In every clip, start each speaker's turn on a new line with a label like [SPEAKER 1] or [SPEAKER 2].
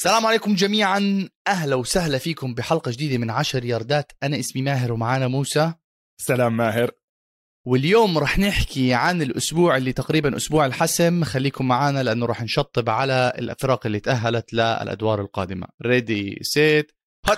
[SPEAKER 1] السلام عليكم جميعا، أهلا وسهلا فيكم بحلقة جديدة من 10 ياردات. أنا اسمي ماهر ومعانا موسى.
[SPEAKER 2] سلام ماهر.
[SPEAKER 1] واليوم رح نحكي عن الأسبوع اللي تقريبا أسبوع الحسم. خليكم معانا لأنه رح نشطب على الفرق اللي تأهلت للأدوار القادمة. ريدي سيت هات.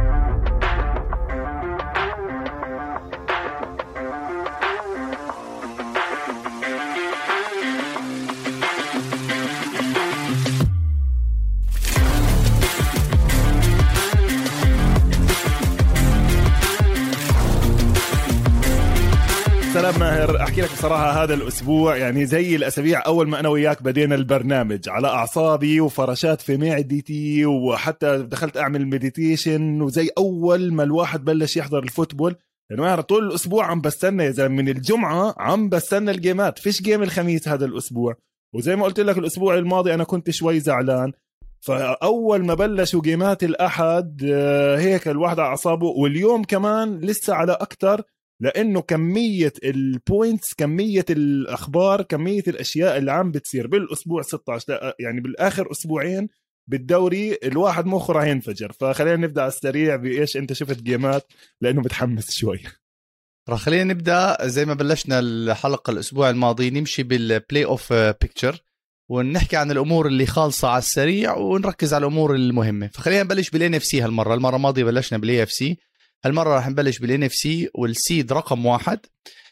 [SPEAKER 2] سلام ماهر، أحكي لك بصراحة هذا الأسبوع يعني زي الأسابيع أول ما أنا وياك بدينا البرنامج على أعصابي وفرشات في معدتي، وحتى دخلت أعمل مديتيشن، وزي أول ما الواحد بلش يحضر الفوتبول يعني ماهر طول الأسبوع عم بستنى يا زلمة، من الجمعة عم بستنى الجيمات، فيش جيم الخميس هذا الأسبوع. وزي ما قلت لك الأسبوع الماضي أنا كنت شوي زعلان، فأول ما بلشوا جيمات الأحد هيك الواحد على أعصابه، واليوم كمان لسه على أكتر، لأنه كمية البوينتس، كمية الأخبار، كمية الأشياء اللي عم بتصير بالأسبوع 16 يعني بالآخر أسبوعين بالدوري، الواحد مخه راح ينفجر. فخلينا نبدأ على السريع بإيش أنت شفت جيمات، لأنه متحمس شوي.
[SPEAKER 1] خلينا نبدأ زي ما بلشنا الحلقة الأسبوع الماضي، نمشي بالبلاي أوف بيكتشر ونحكي عن الأمور اللي خالصة على السريع ونركز على الأمور المهمة. فخلينا نبلش بالNFC. المرة الماضية بلشنا بالAFC، هالمرة راح نبلش بالNFC. والسيد رقم 1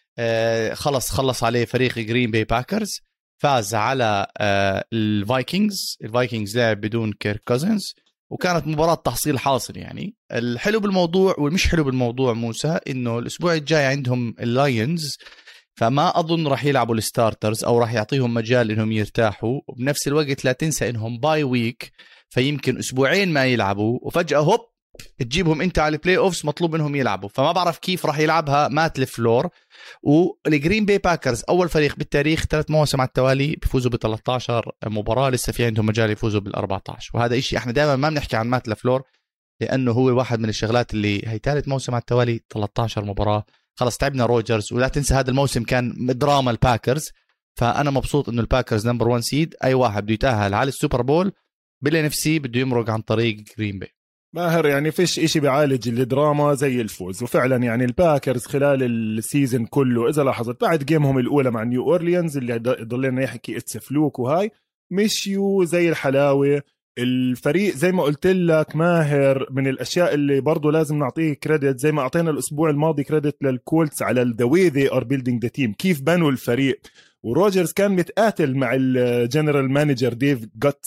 [SPEAKER 1] خلص عليه فريق جرين باي باكرز، فاز على الفايكنجز. لعب بدون كيرك كوزنز، وكانت مباراة تحصيل حاصل. يعني الحلو بالموضوع والمش حلو بالموضوع موسى إنه الأسبوع الجاي عندهم اللاينز، فما أظن راح يلعبوا الستارترز أو راح يعطيهم مجال إنهم يرتاحوا. وبنفس الوقت لا تنسى إنهم باي ويك، فيمكن أسبوعين ما يلعبوا وفجأة هوب تجيبهم انت على البلاي اوفز مطلوب منهم يلعبوا. فما بعرف كيف راح يلعبها مات لفلور. والجرين باي باكرز اول فريق بالتاريخ 3 مواسم على التوالي بيفوزوا ب 13 مباراة، لسه في عندهم مجال يفوزوا بال14. وهذا إشي احنا دائما ما بنحكي عن مات لفلور، لانه هو واحد من الشغلات اللي هي ثالث موسم على التوالي 13 مباراة. خلص تعبنا روجرز، ولا تنسى هذا الموسم كان دراما الباكرز. فانا مبسوط انه الباكرز نمبر 1 سيد. اي واحد بده يتأهل على السوبر بول بالNFC بده يمرق عن طريق جرين باي.
[SPEAKER 2] ماهر يعني فيش إشي بيعالج الدراما زي الفوز، وفعلا يعني الباكرز خلال السيزن كله إذا لاحظت بعد جيمهم الأولى مع نيو أورليانز اللي ضلنا يحكي اتس فلوك وهاي مشيوا زي الحلاوة. الفريق زي ما قلت لك ماهر من الأشياء اللي برضو لازم نعطيه كريدت، زي ما أعطينا الأسبوع الماضي كريدت للكولتس على the way they are building the team، كيف بنوا الفريق. وروجرز كان متقاتل مع الجنرال مانجر ديف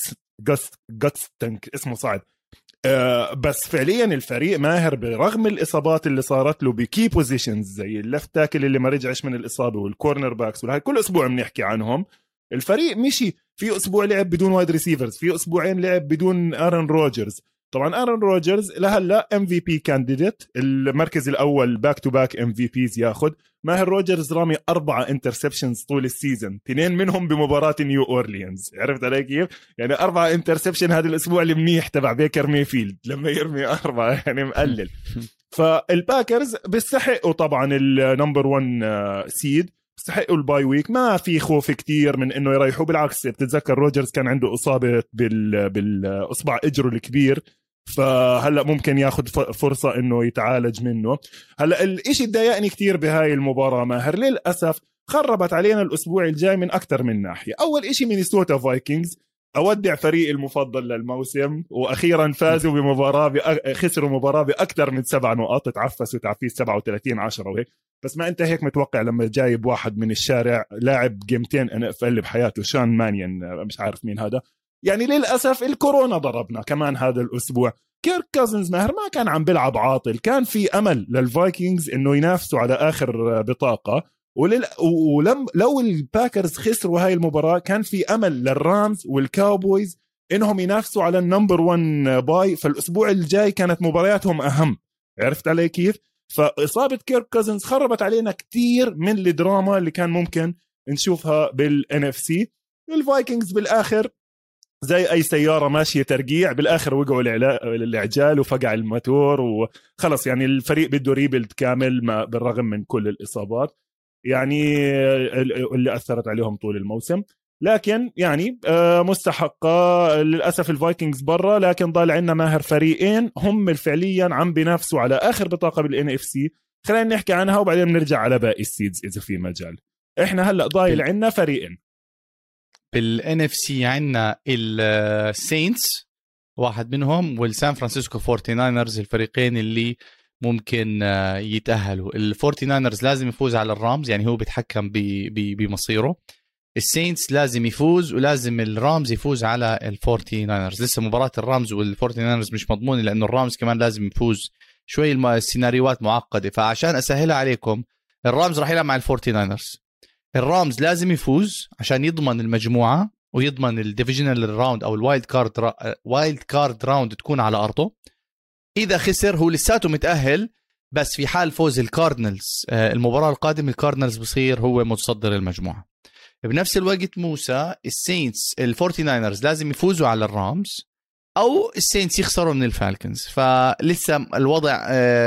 [SPEAKER 2] جاتستنك، اسمه صعب. بس فعليا الفريق ماهر برغم الإصابات اللي صارت له بكي بوزيشنز زي اللفت تاكل اللي ما رجعش من الإصابة والكورنر باكس وهي كل أسبوع بنحكي عنهم، الفريق مشي. في أسبوع لعب بدون وايد ريسيفرز، في أسبوعين لعب بدون آرون روجرز. طبعا آرون روجرز لهلا MVP كانديديت، المركز الأول باك تو باك MVPs ياخد. ماهر روجرز رامي 4 انترسبشنز طول السيزن، 2 منهم بمباراة نيو أورليانز. عرفت علي كيف؟ يعني 4 انترسبشن هذا الأسبوع المنيح تبع بيكر ميفيلد لما يرمي 4 يعني مقلل. فالباكرز بيستحقوا طبعا النمبر 1 سيد، بيستحقوا الباي ويك، ما في خوف كتير من انه يريحوا. بالعكس بتتذكر روجرز كان عنده إصابة بالأصبع إجره الكبير، فهلأ ممكن ياخد فرصة انه يتعالج منه. هلأ الاشي الضايقني كتير بهاي المباراة ماهر للأسف خربت علينا الأسبوع الجاي من أكتر من ناحية. أول اشي مينيسوتا فايكنجز، أودع فريق المفضل للموسم، وأخيرا فازوا بمباراة خسروا مباراة بأكثر من 7 نقاط، تعفسوا تعفيس 37-10 وهيك. بس ما أنت هيك متوقع لما جايب واحد من الشارع لاعب جيمتين NFL بحياته، شان مانيان مش عارف مين هذا. يعني للأسف الكورونا ضربنا كمان هذا الأسبوع. كيرك كازنز ماهر ما كان عم بيلعب عاطل، كان في أمل للفايكنجز إنه ينافسوا على آخر بطاقة. لو الباكرز خسروا هاي المباراة كان في أمل للرامز والكاوبويز إنهم ينافسوا على النمبر 1 باي. فالأسبوع الجاي كانت مبارياتهم أهم. عرفت علي كيف؟ فإصابة كيرك كازنز خربت علينا كتير من الدراما اللي كان ممكن نشوفها بالNFC. الفايكنجز بالآخر زي أي سيارة ماشية ترقيع، بالآخر وقعوا العجال وفقع الموتور وخلص. يعني الفريق بده ريبيلد كامل بالرغم من كل الإصابات يعني اللي أثرت عليهم طول الموسم. لكن يعني مستحقة. للأسف الفايكنجز برا، لكن ضل عندنا ماهر فريقين هم فعليا عم بينافسوا على آخر بطاقة بالNFC. خلينا نحكي عنها وبعدين نرجع على باقي السيدز إذا في مجال. إحنا هلأ ضايل عندنا فريقين
[SPEAKER 1] بالNFC. عندنا السينتس واحد منهم والسان فرانسيسكو 49رز، الفريقين اللي ممكن يتأهلوا. ال49رز لازم يفوز على الرامز، يعني هو بيتحكم بمصيره. السينتس لازم يفوز، ولازم الرامز يفوز على ال49رز. لسه مباراة الرامز وال49رز مش مضمونة، لأنه الرامز كمان لازم يفوز. شوي السيناريوهات معقدة، فعشان أسهلها عليكم الرامز راح يلعب مع ال49رز. الرامز لازم يفوز عشان يضمن المجموعة ويضمن الديفيجنال راوند أو الوايلد كارد راوند تكون على أرضه. إذا خسر هو لساته متأهل، بس في حال فوز الكاردينالز المباراة القادمة الكاردينالز بصير هو متصدر المجموعة. بنفس الوقت موسى السينتس ال49رز لازم يفوزوا على الرامز أو السينتس يخسروا من الفالكنز، فلسه الوضع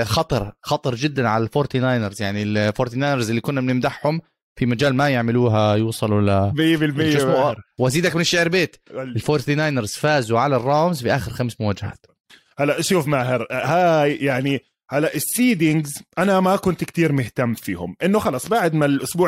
[SPEAKER 1] خطر جدا على ال49رز. يعني ال49رز اللي كنا بنمدحهم في مجال ما يعملوها يوصلوا ل
[SPEAKER 2] 100%.
[SPEAKER 1] وزيدك من الشعر بيت، ال49رز فازوا على الرامز في آخر 5 مواجهات.
[SPEAKER 2] هلا شوف ماهر، هاي يعني هلا السيدينجز انا ما كنت كتير مهتم فيهم، انه خلص بعد ما الاسبوع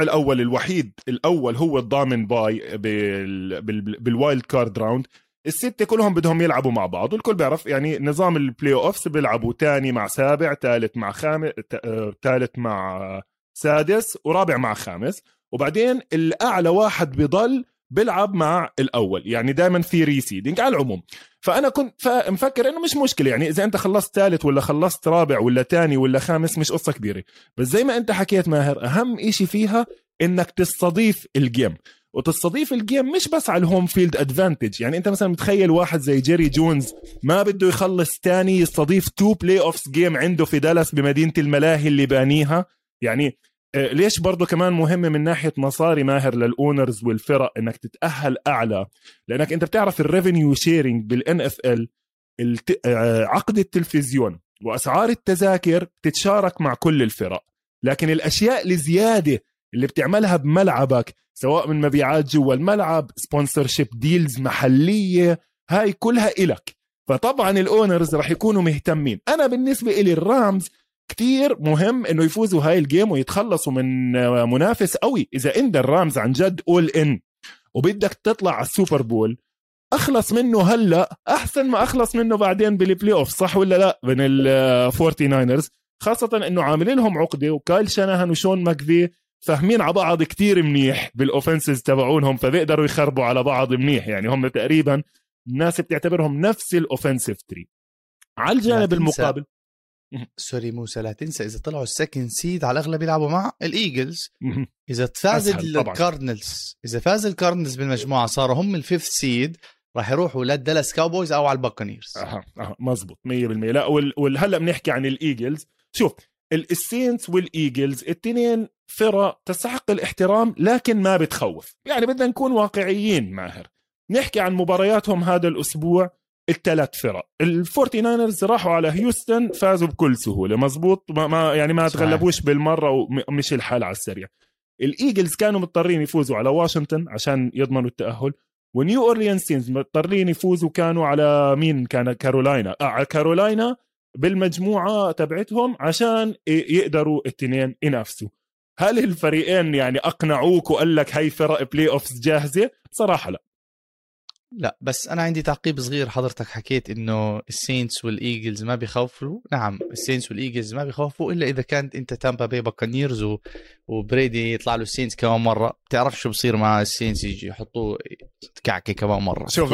[SPEAKER 2] الاول هو الضامن باي بالوايلد كارد راوند، الستة كلهم بدهم يلعبوا مع بعض، والكل بيعرف يعني نظام البلاي اوفس بيلعبوا تاني مع سابع، ثالث مع خامس، ثالث مع سادس، ورابع مع خامس، وبعدين الاعلى واحد بيضل بيلعب مع الاول. يعني دائما في ريسيدنج على العموم. فانا كنت مفكر انه مش مشكله، يعني اذا انت خلصت ثالث ولا خلصت رابع ولا ثاني ولا خامس مش قصه كبيره. بس زي ما انت حكيت ماهر، اهم إشي فيها انك تستضيف الجيم، وتستضيف الجيم مش بس على الهوم فيلد ادفانتج. يعني انت مثلا متخيل واحد زي جيري جونز ما بده يخلص تاني يستضيف 2 بلاي اوفس جيم عنده في دالاس بمدينه الملاهي اللي بانيها. يعني ليش برضو كمان مهم من ناحية مصاري ماهر للأونرز والفرق انك تتأهل اعلى، لانك انت بتعرف الريفينيو شيرينج بالNFL عقد التلفزيون واسعار التذاكر تتشارك مع كل الفرق، لكن الاشياء الزيادة اللي بتعملها بملعبك سواء من مبيعات جوا الملعب، سبونسرشيب ديلز محلية، هاي كلها إلك. فطبعا الأونرز رح يكونوا مهتمين. أنا بالنسبة إلي الرامز كتير مهم انه يفوزوا هاي الجيم ويتخلصوا من منافس قوي. اذا انت الرامز عن جد اول ان وبدك تطلع على السوبر بول، اخلص منه هلا احسن ما اخلص منه بعدين بالبلاي اوف، صح ولا لا؟ من ال49رز خاصه انه عاملين لهم عقده، وكايل شاناهان وشون ماكفي فاهمين على بعض كتير منيح بالاوفنسز تبعونهم، فبيقدروا يخربوا على بعض منيح. يعني هم تقريبا الناس بتعتبرهم نفس الاوفنسيف تري. على الجانب المقابل
[SPEAKER 1] سوري موسى، لا تنسى اذا طلعوا السكند سيد على الاغلب يلعبوا مع الايجلز. اذا فاز الكاردينالز، اذا فاز الكاردينالز بالمجموعه صاروا هم الفيفث سيد، راح يروحوا للدالاس كاوبويز او على الباكانيرز.
[SPEAKER 2] مزبوط 100%. لا وهلا بنحكي عن الايجلز. شوف السينتس والايجلز الاثنين فرق تستحق الاحترام لكن ما بتخوف. يعني بدنا نكون واقعيين ماهر، نحكي عن مبارياتهم هذا الاسبوع. الثلاث فرق ال49رز راحوا على هيوستن فازوا بكل سهولة، مزبوط، ما تغلبوش بالمرة ومش الحال على السريع. الإيجلز كانوا مضطرين يفوزوا على واشنطن عشان يضمنوا التأهل، ونيو أورليانز سينز مضطرين يفوزوا كانوا على مين؟ كان كارولاينا، على كارولاينا بالمجموعة تبعتهم عشان يقدروا الاثنين ينافسوا. هل الفريقين يعني أقنعوك وقال لك هاي فرق بلاي أوفز جاهزة؟ صراحة
[SPEAKER 1] لا، بس أنا عندي تعقيب صغير. حضرتك حكيت إنه السينتس والإيجلز ما بيخوفوا. نعم السينتس والإيجلز ما بيخوفوا إلا إذا كانت أنت تامبا باي باكانيرز وبريدي يطلع له السينتس كمان مرة. بتعرف شو بصير مع السينتس؟ يجي يحطوه كعكة كمان مرة.
[SPEAKER 2] شوف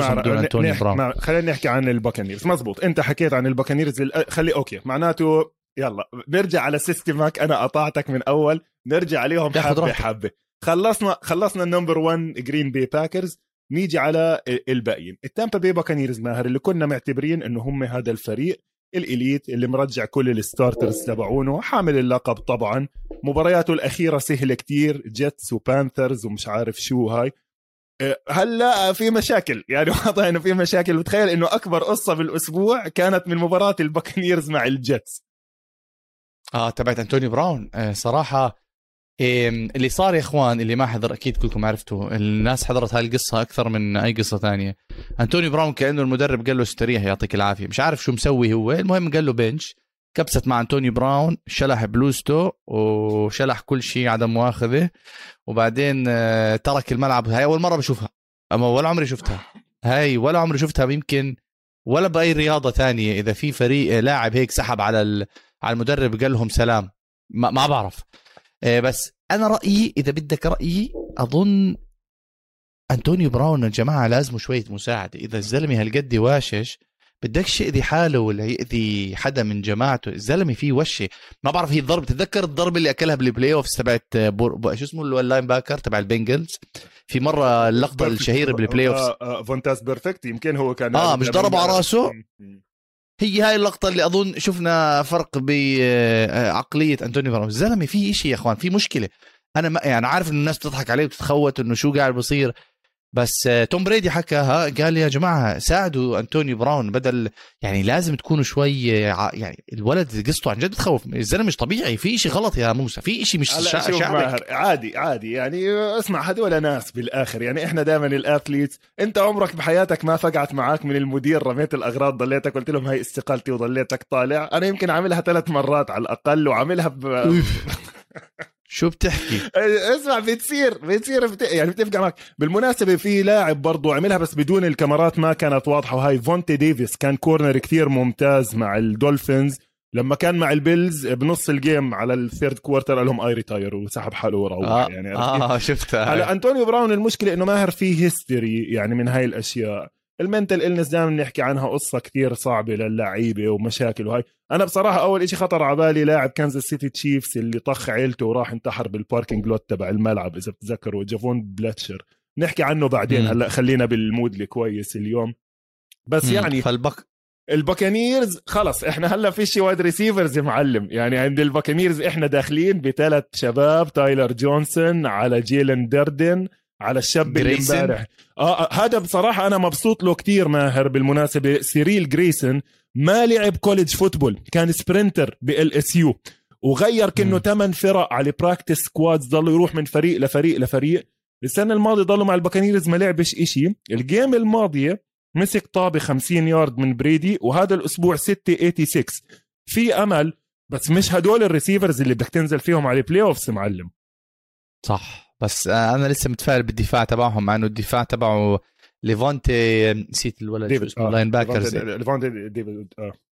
[SPEAKER 2] خلينا نحكي عن الباكانيرز. مزبوط، أنت حكيت عن الباكانيرز خلي أوكي، معناته يلا نرجع على سيستمك. أنا قطعتك من أول، نرجع عليهم حبة. خلصنا النمبر 1 جرين بي باكرز، نيجي على الباقيين. التامبا باي باكانيرز ماهر اللي كنا معتبرين انه هم هذا الفريق الإليت اللي مرجع كل الستارترز تبعونه، حامل اللقب طبعا. مبارياته الأخيرة سهلة كتير، جيتس وبانثرز ومش عارف شو هاي. هلا في مشاكل، يعني واضح انه في مشاكل. بتخيل انه اكبر قصة بالاسبوع كانت من مباراة الباكانيرز مع الجيتس
[SPEAKER 1] تبعت أنتوني براون. صراحة اللي صار يا اخوان، اللي ما حضر اكيد كلكم عرفتوا، الناس حضرت هاي القصه اكثر من اي قصه تانية. انتوني براون كانه المدرب قال له استريح يعطيك العافيه، مش عارف شو مسوي هو، المهم قال له بنش، كبست مع انتوني براون، شلح بلوزته وشلح كل شيء عدم مؤاخذه، وبعدين ترك الملعب. هاي اول مره بشوفها، اما ولا عمري شفتها، هاي ولا عمري شفتها، يمكن ولا باي رياضه تانية اذا في فريق لاعب هيك سحب على المدرب قال لهم سلام، ما بعرف. بس انا رايي، اذا بدك رايي، اظن انتونيو براون يا جماعه لازم شويه مساعده. اذا الزلمه هالقد واشش، بدكش يأذي حاله ولا يأذي حدا من جماعته، الزلمه فيه وشه. ما بعرف، هي الضرب، تتذكر الضربه اللي اكلها بالبلاي اوفز تبعت شو اسمه اللاين باكر تبع البنجلز في مره، اللقطه الشهيره بالبلاي اوفز،
[SPEAKER 2] فونتاس بيرفكت، يمكن هو كان
[SPEAKER 1] مش ضربه على راسه. هي هاي اللقطة اللي أظن شفنا فرق بعقلية أنتوني براون. الزلمة فيه إشي يا أخوان، فيه مشكلة. أنا ما يعني عارف إنه الناس بتضحك عليه وتتخوت إنه شو قاعد بصير، بس توم بريدي حكاها، قال يا جماعة ساعدوا أنتوني براون، بدل يعني لازم تكونوا شوي يعني الولد قصته عن جد بتخوف، الزلمة مش طبيعي، في إشي غلط يا موسى، في إشي مش
[SPEAKER 2] شعبك. عادي يعني اسمع، هدول ناس بالآخر، يعني إحنا دائما الأثليتس، أنت عمرك بحياتك ما فقعت معاك من المدير، رميت الأغراض ضليتك قلت لهم هاي استقالتي وضليتك طالع؟ أنا يمكن عاملها 3 مرات على الأقل، وعاملها
[SPEAKER 1] شو بتحكي؟
[SPEAKER 2] اسمع، بتصير يعني بتفقع معك. بالمناسبة في لاعب برضو عملها بس بدون الكاميرات، ما كانت واضحة، وهاي فونتي ديفيس، كان كورنر كثير ممتاز مع الدولفينز، لما كان مع البيلز بنص الجيم على الثيرد كوارتر قال لهم اي ريتاير وسحب حاله وروح. يعني
[SPEAKER 1] شفتها.
[SPEAKER 2] على انطونيو براون المشكلة انه ماهر فيه هيستوري يعني من هاي الاشياء. المنتل إلنس دائما نحكي عنها، قصة كتير صعبة للعيبة ومشاكل وهاي. أنا بصراحة أول إشي خطر على بالي لاعب كانزاس سيتي تشيفز اللي طخ عيلته وراح انتحر بالباركينج لوت تبع الملعب، إذا بتذكروا، جافون بلاتشر، نحكي عنه بعدين. هلأ خلينا بالمود الكويس اليوم. بس يعني الباكانيرز خلص، احنا هلا في شي وايد ريسيفرز معلم، يعني عند الباكانيرز احنا داخلين ب3 شباب، تايلر جونسون على جيلن ديردن على الشاب اللي امبارح. هذا بصراحة أنا مبسوط له كتير ماهر. بالمناسبة سيريل جريسون ما لعب كوليدج فوتبول، كان سبرينتر بالSU وغير كأنه 8 فرق على براكتس سكوادز، ضل يروح من فريق لفريق لفريق. السنة الماضية ضلوا مع الباكانيرز ما لعبش إشي. الجيم الماضية مسك طابة 50 يارد من بريدي، وهذا الأسبوع 686. في أمل، بس مش هدول الريسيفرز اللي بدك تنزل فيهم على بلاي أوفس معلم.
[SPEAKER 1] صح، بس انا لسه متفائل بالدفاع تبعهم، مع انه الدفاع تبعه ليفانتي، نسيت الولد اسمه، لاين باكرز
[SPEAKER 2] ليفانتي ديفيد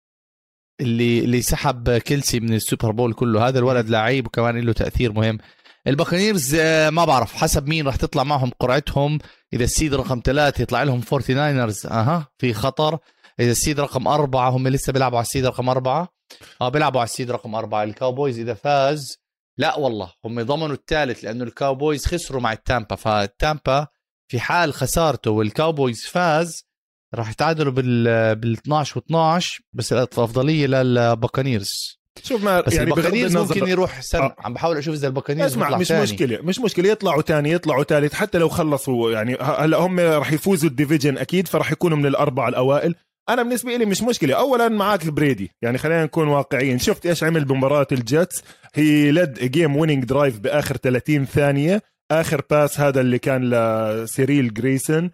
[SPEAKER 1] اللي سحب كيلسي من السوبر بول كله. هذا الولد لعيب وكمان له تأثير مهم. الباكانيرز ما بعرف حسب مين راح تطلع معهم قرعتهم. اذا السيد رقم 3 يطلع لهم 49رز في خطر. اذا السيد رقم 4 هم لسه بيلعبوا على السيد رقم 4 بيلعبوا على السيد رقم 4. الكاوبويز اذا فاز، لا والله هم ضمنوا الثالث، لأنه الكاوبويز خسروا مع التامبا، فالتامبا في حال خسارته والكاوبويز فاز راح يتعادلوا بال12 و12، بس الأفضلية للباكانيرز.
[SPEAKER 2] شوف ما
[SPEAKER 1] بس يعني الباكانيرز ممكن يروح سنة. عم بحاول أشوف إذا الباكانيرز
[SPEAKER 2] اسمع، مش مشكلة يطلعوا تاني يطلعوا ثالث، حتى لو خلصوا يعني هلا هم راح يفوزوا الديفيجن أكيد، فراح يكونوا من الأربعة الأوائل. أنا بالنسبة لي مش مشكلة. أولا معاك بريدي، يعني خلينا نكون واقعيين. شفت إيش عمل بمباراة الجيتس؟ هي لد جيم ويننج درايف بآخر 30 ثانية. آخر باس هذا اللي كان لسيريل جريسون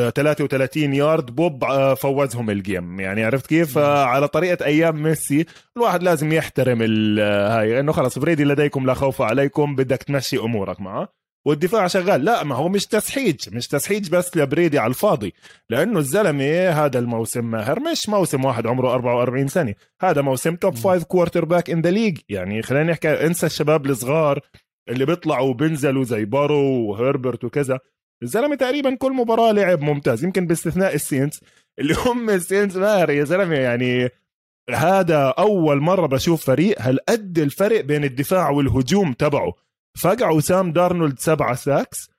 [SPEAKER 2] 33 يارد بوب، فوزهم الجيم. يعني عرفت كيف؟ على طريقة أيام ميسي. الواحد لازم يحترم هاي، إنه خلاص بريدي لديكم لا خوف عليكم، بدك تمشي أمورك معه والدفاع شغال. لا، ما هو مش تسحيج بس لبريدي على الفاضي، لأنه الزلمة هذا الموسم ماهر مش موسم واحد عمره 44 سنة، هذا موسم توب 5 كوارتر باك إن ذا ليج. يعني خلينا نحكي، انسى الشباب الصغار اللي بيطلعوا وبنزلوا زي بارو وهربرت وكذا. الزلمة تقريبا كل مباراة لعب ممتاز، يمكن باستثناء السينس اللي هم السينس ماهر يا زلمة. يعني هذا أول مرة بشوف فريق هالقد الفرق بين الدفاع والهجوم تبعه. فقعوا سام دارنولد 7 ساكس.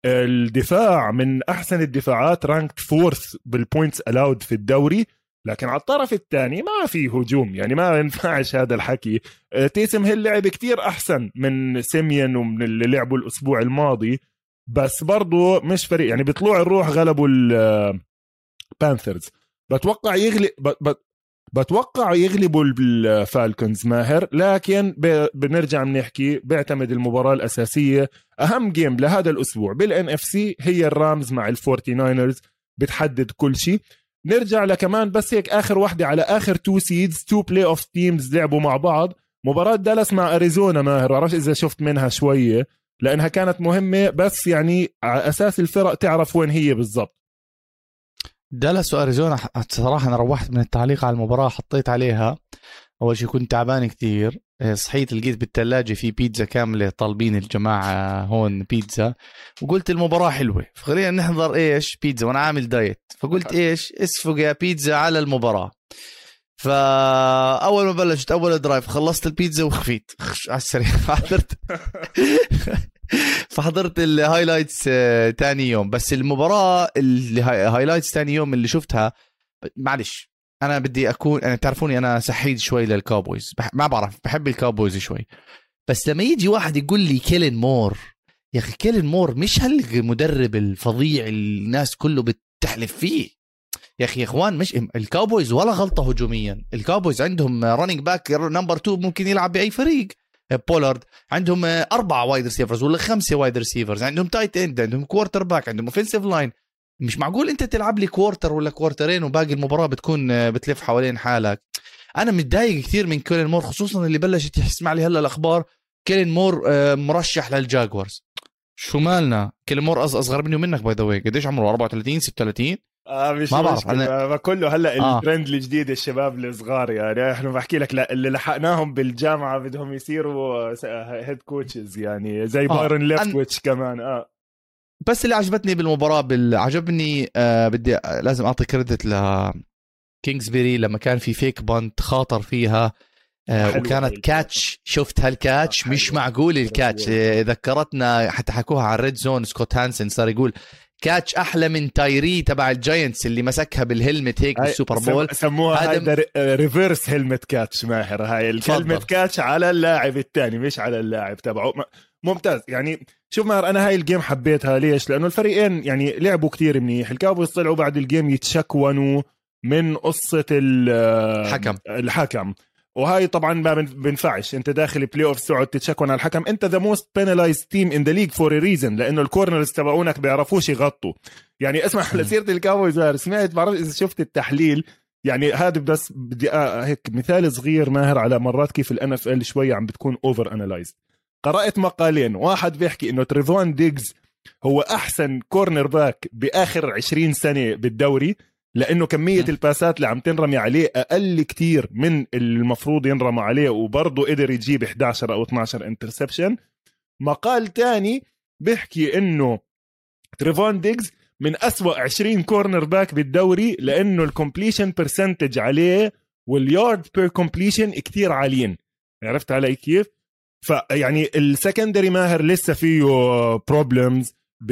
[SPEAKER 2] الدفاع من أحسن الدفاعات، رانكت 4th بالبوينتس ألاود في الدوري. لكن على الطرف الثاني ما في هجوم، يعني ما ينفعش هذا الحكي. تيسم هيل لعب كتير أحسن من سيميان ومن اللي لعبوا الأسبوع الماضي، بس برضو مش فريق. يعني بطلوع الروح غلبوا البانثرز، بتوقع يغلب بتوقع يغلبوا الفالكونز ماهر، لكن بنرجع بنحكي بيعتمد المباراة الأساسية. أهم جيم لهذا الأسبوع بالNFC هي الرامز مع الفورتي ناينرز، بتحدد كل شيء. نرجع لكمان بس هيك آخر واحدة على آخر 2 سيدز 2 بلاي أوف تيمز لعبوا مع بعض. مباراة دالاس مع أريزونا ماهر، بعرفش إذا شفت منها شوية لأنها كانت مهمة، بس يعني على أساس الفرق تعرف وين هي بالضبط.
[SPEAKER 1] دالاس وأريزونا صراحة أنا روحت من التعليق على المباراة، حطيت عليها أول شيء كنت تعبان كتير، صحيت لقيت بالثلاجة في بيتزا كاملة طالبين الجماعة هون بيتزا، وقلت المباراة حلوة فخلينا نحضر إيش بيتزا وأنا عامل دايت، فقلت إيش اسفق يا بيتزا على المباراة. فأول ما بلشت أول درايف خلصت البيتزا وخفيت على السريع فحضرت الهايلايتس تاني يوم. بس المباراة الهايلايتس تاني يوم اللي شفتها، معلش أنا بدي أكون، أنا تعرفوني أنا سحيد شوي للكاوبويز، ما بعرف بحب الكاوبويز شوي، بس لما يجي واحد يقول لي كيلين مور، يا أخي كيلين مور مش هالمدرب الفظيع الناس كله بتحلف فيه يا أخي. يا إخوان مش الكاوبويز ولا غلطة هجوميا، الكاوبويز عندهم رانينج باك نمبر 2 ممكن يلعب بأي فريق، بولارد، عندهم 4 وايد ريسيفرز ولا 5 وايد ريسيفرز، عندهم تايت اند، عندهم كوارتر باك، عندهم اوفنسيف لاين. مش معقول انت تلعب لي كوارتر ولا كوارترين وباقي المباراة بتكون بتلف حوالين حالك. انا متضايق كثير من كيلين مور، خصوصا اللي بلشت يسمع لي هلا الاخبار كيلين مور مرشح للجاكورز. شو مالنا؟ كيلين مور اصغر مني ومنك باي ذا واي، قديش عمره 34 36؟
[SPEAKER 2] مش
[SPEAKER 1] ما بعرف
[SPEAKER 2] انا كله هلا الترند الجديد الشباب الصغار، يعني احنا بحكي لك اللي لحقناهم بالجامعه بدهم يصيروا هيد كوتشز يعني زي بايرن ليفتويتش كمان.
[SPEAKER 1] بس اللي عجبتني بالمباراه عجبني بدي لازم اعطي كريدت ل كينغزبيري لما كان في فيك بانت خاطر فيها وكانت كاتش. شفت هالكاتش مش معقول الكاتش، ذكرتنا حتى حكوها على الريد زون، سكوت هانسن صار يقول كاتش احلى من تايري تبع الجاينتس اللي مسكها بالهلمت هيك بالسوبر بول،
[SPEAKER 2] سموها هذا ريفيرس هلمت كاتش ماهر. هاي الهلمت كاتش على اللاعب الثاني مش على اللاعب تبعه. ممتاز. يعني شوف ماهر، انا هاي الجيم حبيتها ليش؟ لانه الفريقين يعني لعبوا كتير منيح. الكاوبويز طلعوا بعد الجيم يتشكونوا من قصة الحكم، وهاي طبعا ما بنفعش. انت داخل بلاي اوف تقعد تتشكون على الحكم، انت ذا موست بينالايزد تيم ان ذا ليج فور ا ريزن، لانه الكورنرز تبعونك بيعرفوش يغطوا. يعني اسمع لسيره الكاوبويز، سمعت بعرف اذا شفت التحليل، يعني هذا بس بدي هيك مثال صغير ماهر على مرات كيف الان اف ال شويه عم بتكون اوفر انالايزد. قرأت مقالين، واحد بيحكي انه تريفون ديجز هو احسن كورنر باك باخر 20 سنه بالدوري، لانه كميه الباسات اللي عم تنرمي عليه اقل كتير من المفروض ينرمى عليه، وبرضه قدر يجيب 11 او 12 انترسبشن. مقال تاني بيحكي انه تريفون ديجز من أسوأ 20 كورنر باك بالدوري، لانه الكومبليشن برسنتج عليه واليارد بير كومبليشن كتير عاليين. عرفت علي كيف؟ فيعني السكندري ماهر لسه فيه بروبلمز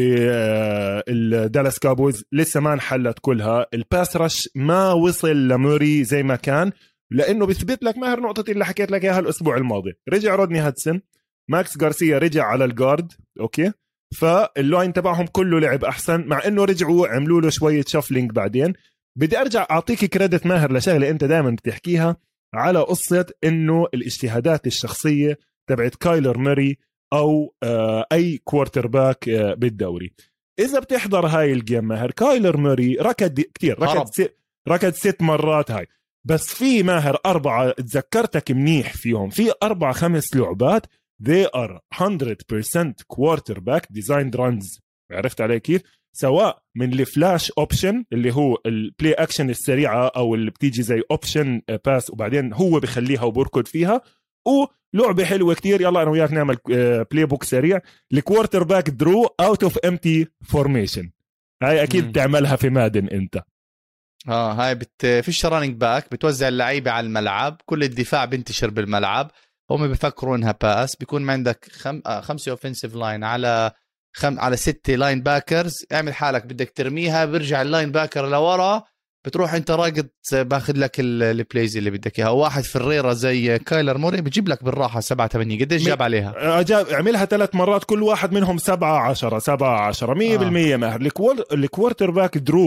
[SPEAKER 2] بالدالاس كابويز، لسه ما انحلت كلها. الباس رش ما وصل لموري زي ما كان، لانه بيثبت لك ماهر نقطتي اللي حكيت لك اياها الاسبوع الماضي. رجع رودني هادسون، ماكس غارسيا رجع على الجارد، اوكي، فاللاين تبعهم كله لعب احسن، مع انه رجعوا عملوا له شويه شافلينج. بعدين بدي ارجع اعطيك كريدت ماهر لشغله انت دائما بتحكيها على قصه انه الاجتهادات الشخصيه تبعت كايلر موري او اي كوارتر باك بالدوري. اذا بتحضر هاي الجيم ماهر، كايلر موري ركض كتير، ركض 6 مرات هاي، بس في ماهر 4 تذكرتك منيح فيهم، في 4-5 لعبات they are 100% quarterback designed runs. عرفت علي كيف؟ سواء من الفلاش اوبشن اللي هو البلاي اكشن السريعه، او اللي بتيجي زي اوبشن باس وبعدين هو بخليها وبركض فيها، ولعبه حلوه كتير يلا انا وياك نعمل بلاي بوك سريع، الكوارتر باك درو اوت اوف امتي فورميشن. هاي اكيد تعملها في مادن انت.
[SPEAKER 1] هاي فيش رانينج باك، بتوزع اللعيبه على الملعب، كل الدفاع بنتشر بالملعب، هم بيفكروا انها باس، بيكون عندك 5 اوفنسيف لاين على 6 لاين باكرز، اعمل حالك بدك ترميها، بيرجع اللاين باكر لورا، بتروح انت راقد باخذ لك البلايز اللي بدك اياها. واحد في الريره زي كايلر موري بيجيب لك بالراحه 7-8. قديش جاب عليها؟
[SPEAKER 2] عملها 3 مرات، كل واحد منهم 7-10 100%. ماهر الكوارتر باك درو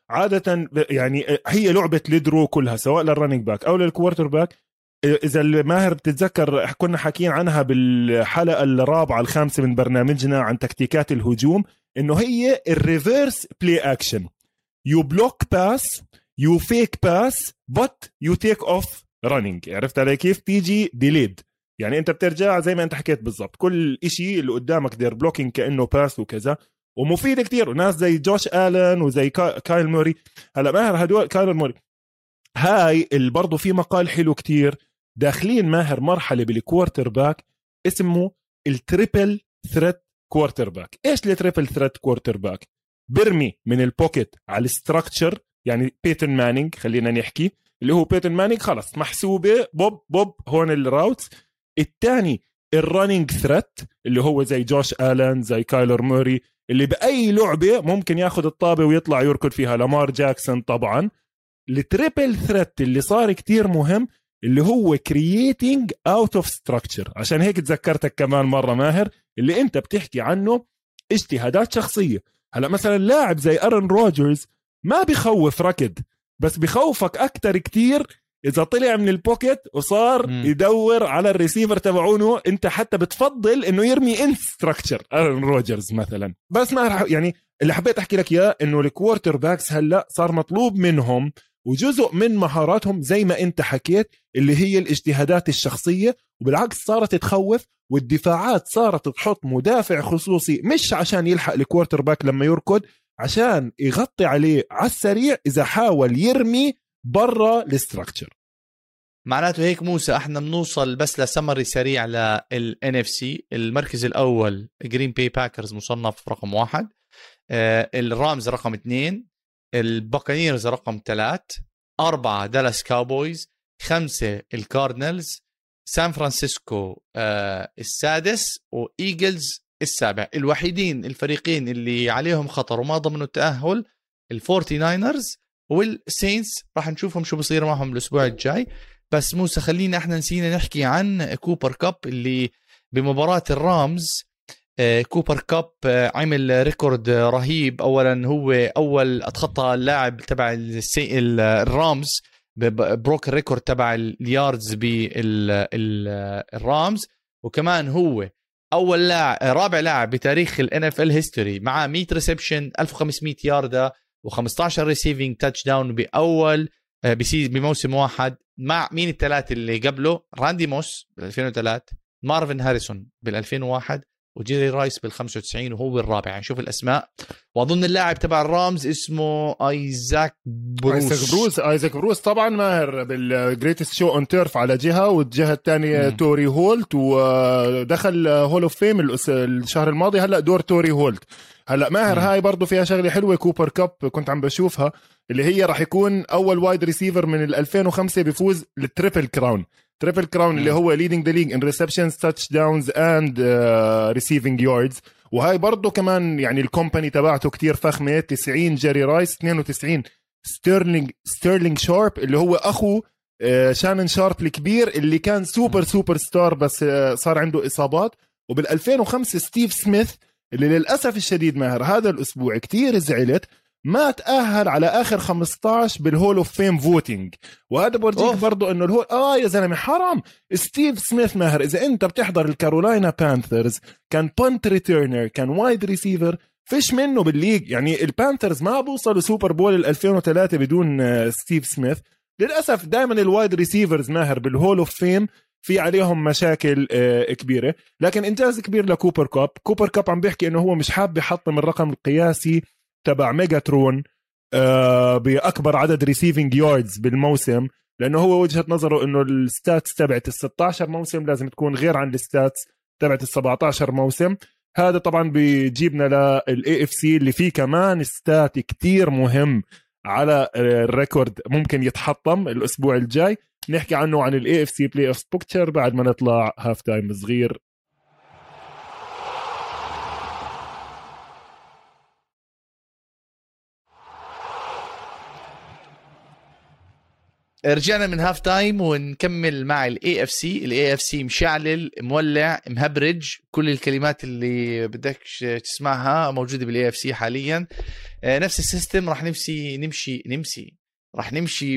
[SPEAKER 2] عاده يعني هي لعبه ليدرو كلها سواء للرننج باك او للكوارتر باك. اذا الماهر بتتذكر كنا حاكيين عنها بالحلقه الرابعه الخامسه من برنامجنا عن تكتيكات الهجوم، انه هي الريفيرس بلاي اكشن. يو بلوك باس، يو فيك باس، بت يو تيك اوف رننج. عرفت علي كيف؟ تيجي ديليد، يعني انت بترجع زي ما انت حكيت بالضبط، كل إشي اللي قدامك دير بلوكينج كانه باس وكذا، ومفيد كتير. وناس زي جوش آلن وزي كايل موري. هلا ماهر هدول كايل موري هاي اللي برضو في مقال حلو كتير، داخلين ماهر مرحله بالكوارتر باك اسمه التريبل ثريت كوارتر باك. ايش التريبل ثريت كوارتر باك؟ برمي من البوكيت على الستراكتشر، يعني بيتن مانينج خلينا نحكي، اللي هو بيتن مانينج خلص محسوبه بوب بوب هون الراوتس. الثاني الرننج ثريت اللي هو زي جوش آلن زي كايلر موري، اللي باي لعبه ممكن ياخذ الطابه ويطلع يركض فيها، لامار جاكسون طبعا. التريبل ثريت اللي صار كتير مهم اللي هو creating out of structure. عشان هيك تذكرتك كمان مرة ماهر اللي انت بتحكي عنه اجتهادات شخصية. هلأ مثلا لاعب زي أرن روجرز ما بيخوف ركض، بس بيخوفك أكتر كتير إذا طلع من البوكيت وصار يدور على الريسيفر تبعونه. انت حتى بتفضل انه يرمي ان ستراكشر أرن روجرز مثلا. بس ما يعني اللي حبيت احكي لك اياه انه الكوارتر باكس هلا صار مطلوب منهم، وجزء من مهاراتهم زي ما انت حكيت اللي هي الاجتهادات الشخصية، وبالعكس صارت تخوف. والدفاعات صارت تحط مدافع خصوصي مش عشان يلحق الكوارتر باك لما يركض، عشان يغطي عليه على السريع إذا حاول يرمي برا الاستراكتشر.
[SPEAKER 1] معناته هيك موسى احنا بنوصل بس لسمري سريع لل NFC. المركز الأول جرين باي باكرز مصنف رقم 1، الرامز رقم 2، الباكانيرز رقم 3، 4 دالاس كاوبويز، 5 الكاردينالز، سان فرانسيسكو السادس، وإيجلز السابع. الوحيدين الفريقين اللي عليهم خطر وما ضمنوا التأهل الفورتي ناينرز والسينس. راح نشوفهم شو بصير معهم الأسبوع الجاي. بس موسى خلينا احنا نسينا نحكي عن كوبر كاب اللي بمباراة الرامز. كوبر كاب عمل ريكورد رهيب. اولا هو اول اتخطى اللاعب تبع الرامز، بروك الريكورد تبع الياردز بالرامز، وكمان هو اول لاعب رابع لاعب بتاريخ NFL هيستوري مع 100 ريسبشن 1500 ياردة و15 ريسيفينج تاتش داون باول بموسم واحد. مع مين الثلاثه اللي قبله؟ راندي موس بال2003، مارفن هاريسون بال2001، وجيري رايس بال95، وهو الرابع. يعني شوف الاسماء. واظن اللاعب تبع الرامز اسمه ايزاك
[SPEAKER 2] بروس طبعا ماهر بالجريتست شو اون تيرف على جهه، والجهه الثانيه توري هولت، ودخل هول اوف فيم الشهر الماضي. هلا دور توري هولت. هلا ماهر هاي برضو فيها شغله حلوه. كوبر كاب كنت عم بشوفها اللي هي راح يكون اول وايد ريسيفر من 2005 بيفوز للتريبل كراون. تريبل كراون اللي هو leading the league in receptions, touchdowns and receiving yards. وهاي برضو كمان يعني الكومباني تبعته كتير فخمة. 90 جيري رايس، 92 ستيرلينج شارب اللي هو أخو شانن شارب الكبير اللي كان سوبر ستار بس صار عنده إصابات. وبال2005 ستيف سميث اللي للأسف الشديد ماهر هذا الأسبوع كتير زعلت ما تأهل على آخر 15 بالهول اوف فيم فوتينج. وهذا برجيك برضو انه الهول يا زلمه حرام. ستيف سميث ماهر اذا انت بتحضر الكارولاينا بانثرز كان بانت ريتيرنر، كان وايد ريسيفر، فيش منه بالليج. يعني البانثرز ما بوصلوا سوبر بول 2003 بدون ستيف سميث. للأسف دائما الوايد ريسيفرز ماهر بالهول اوف فيم في عليهم مشاكل كبيرة. لكن إنجاز كبير لكوبر كاب. كوبر كاب عم بيحكي إنه هو مش حاب يحطم الرقم القياسي تبع ميجاترون بأكبر عدد ريسيفينج ياردز بالموسم، لأنه هو وجهة نظره إنه الستاتس تبعت ال16 موسم لازم تكون غير عن الستاتس تبعت ال17 موسم. هذا طبعا بيجيبنا للAFC اللي فيه كمان ستات كتير مهم على الريكورد ممكن يتحطم الأسبوع الجاي. نحكي عنه عن الAFC بلاي اوف بوكتشر بعد ما نطلع هاف تايم صغير.
[SPEAKER 1] رجعنا من هاف تايم ونكمل مع الاي اف سي مشعلل مولع مهبرج، كل الكلمات اللي بدك تسمعها موجوده بالاي اف سي حاليا. نفس السيستم راح نمشي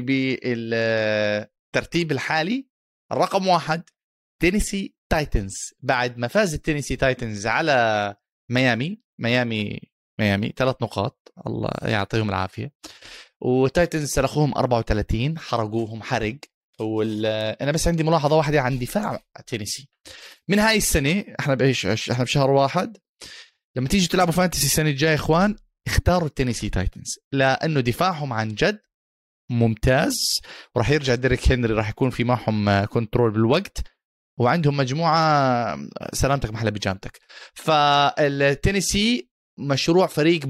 [SPEAKER 1] بالترتيب الحالي. الرقم 1 تينيسي تايتنز، بعد ما فاز التينيسي تايتنز على ميامي 3 نقاط، الله يعطيهم العافيه. وتايتنز سرقوهم 34، حرقوهم حرق. انا بس عندي ملاحظه واحده عن دفاع تينيسي من هاي السنه. احنا بشهر 1. لما تيجي تلعبوا فانتسي السنه الجايه اخوان، اختاروا التينيسي تايتنز لانه دفاعهم عن جد ممتاز، وراح يرجع ديريك هنري، راح يكون في معهم كنترول بالوقت، وعندهم مجموعه سلامتك محل بجامتك. فالتينيسي مشروع فريق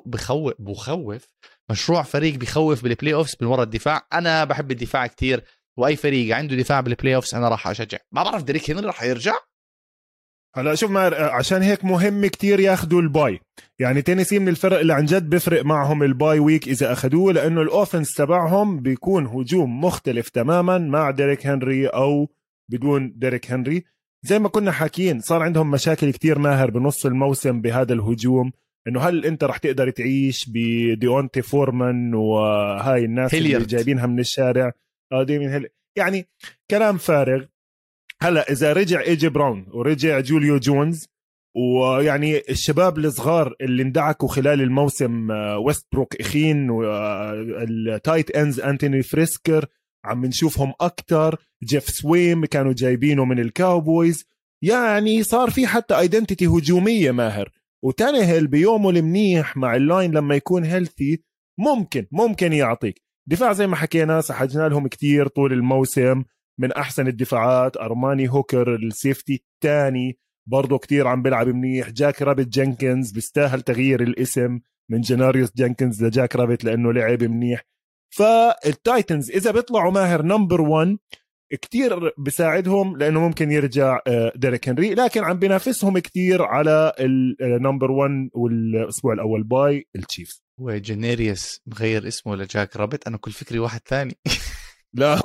[SPEAKER 1] بخوف، مشروع فريق بخوف بالبلاي اوفس من وراء الدفاع. انا بحب الدفاع كتير، واي فريق عنده دفاع بالبلاي اوفس انا راح اشجع. ما بعرف ديريك هنري راح يرجع.
[SPEAKER 2] هلا شوف، ما عشان هيك مهم كتير ياخدوا الباي. يعني تينيسي من الفرق اللي عن جد بفرق معهم الباي ويك اذا اخذوه، لانه الاوفنس تبعهم بيكون هجوم مختلف تماما مع ديريك هنري او بدون ديريك هنري. زي ما كنا حاكيين صار عندهم مشاكل كتير ماهر بنص الموسم بهذا الهجوم، انه هل انت رح تقدر تعيش بديونتي فورمان وهاي الناس اللي جايبينها من الشارع؟ يعني كلام فارغ. هلا اذا رجع ايجي براون ورجع جوليو جونز، ويعني الشباب الصغار اللي اندعكوا خلال الموسم، ويستبروك اخين والتايت انز انتوني فريسكر عم نشوفهم اكتر، جيف سويم كانوا جايبينه من الكاوبويز، يعني صار في حتى ايدنتيتي هجوميه ماهر. وتانيهل بيومه المنيح مع اللاين لما يكون هيلثي ممكن يعطيك دفاع. زي ما حكينا سحجنا لهم كتير طول الموسم، من احسن الدفاعات ارماني هوكر السيفتي الثاني برضو كتير عم بيلعب منيح. جاك رابت جينكنز بيستاهل تغيير الاسم من جناريوس جينكنز لجاك رابت لانه لعب منيح. فالتايتنز اذا بيطلعوا ماهر نمبر 1 كتير بساعدهم، لانه ممكن يرجع ديريك هنري، لكن عم بينافسهم كتير على النمبر 1 والاسبوع الاول باي التشيفز.
[SPEAKER 1] وجينيريوس مغير اسمه لجاك رابت، انا كل فكري واحد ثاني.
[SPEAKER 2] لا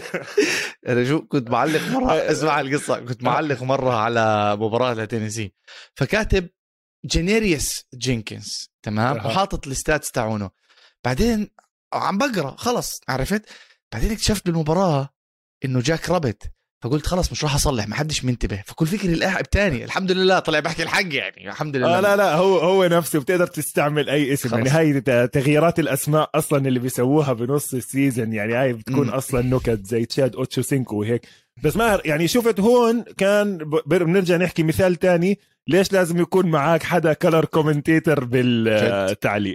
[SPEAKER 1] رجوع كنت معلق مرة، اسمع القصة، كنت معلق مرة على مباراة لتينيسي، فكاتب جينيريوس جينكنز تمام، وحاطط الستاتس تاعونه. بعدين عم بقرأ خلص عرفت، بعدين اكتشفت بالمباراة انه جاك رابت، فقلت خلص مش راح اصلح، ما حدش منتبه، فكل فكري اللاعب تاني. الحمد لله طلع بحكي الحق يعني، الحمد لله.
[SPEAKER 2] لا هو نفسه بتقدر تستعمل اي اسم خلص. يعني هاي تغييرات الاسماء اصلا اللي بيسووها بنص السيزن، يعني هاي بتكون اصلا نكت زي تشاد اوتشوسينكو وهيك. بس ما يعني شفت هون كان بنرجع نحكي مثال تاني، ليش لازم يكون معاك حدا كلر كومنتيتر بالتعليق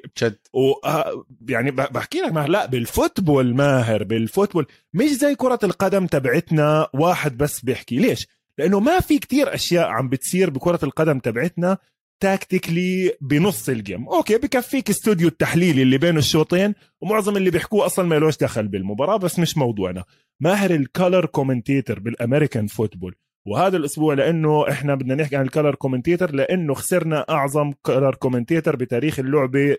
[SPEAKER 2] يعني بحكي لك ماهر، لا بالفوتبول ماهر، بالفوتبول مش زي كرة القدم تبعتنا واحد بس بيحكي. ليش؟ لأنه ما في كتير أشياء عم بتصير بكرة القدم تبعتنا تاكتيكلي بنص الجيم. أوكي بكفيك استوديو التحليلي اللي بين الشوطين، ومعظم اللي بيحكوه أصلا ما لوش دخل بالمباراة، بس مش موضوعنا. ماهر الكلر كومنتيتر بالأمريكان فوتبول، وهذا الأسبوع لأنه إحنا بدنا نحكي عن الكلر كومنتيتر، لأنه خسرنا أعظم كلر كومنتيتر بتاريخ اللعبة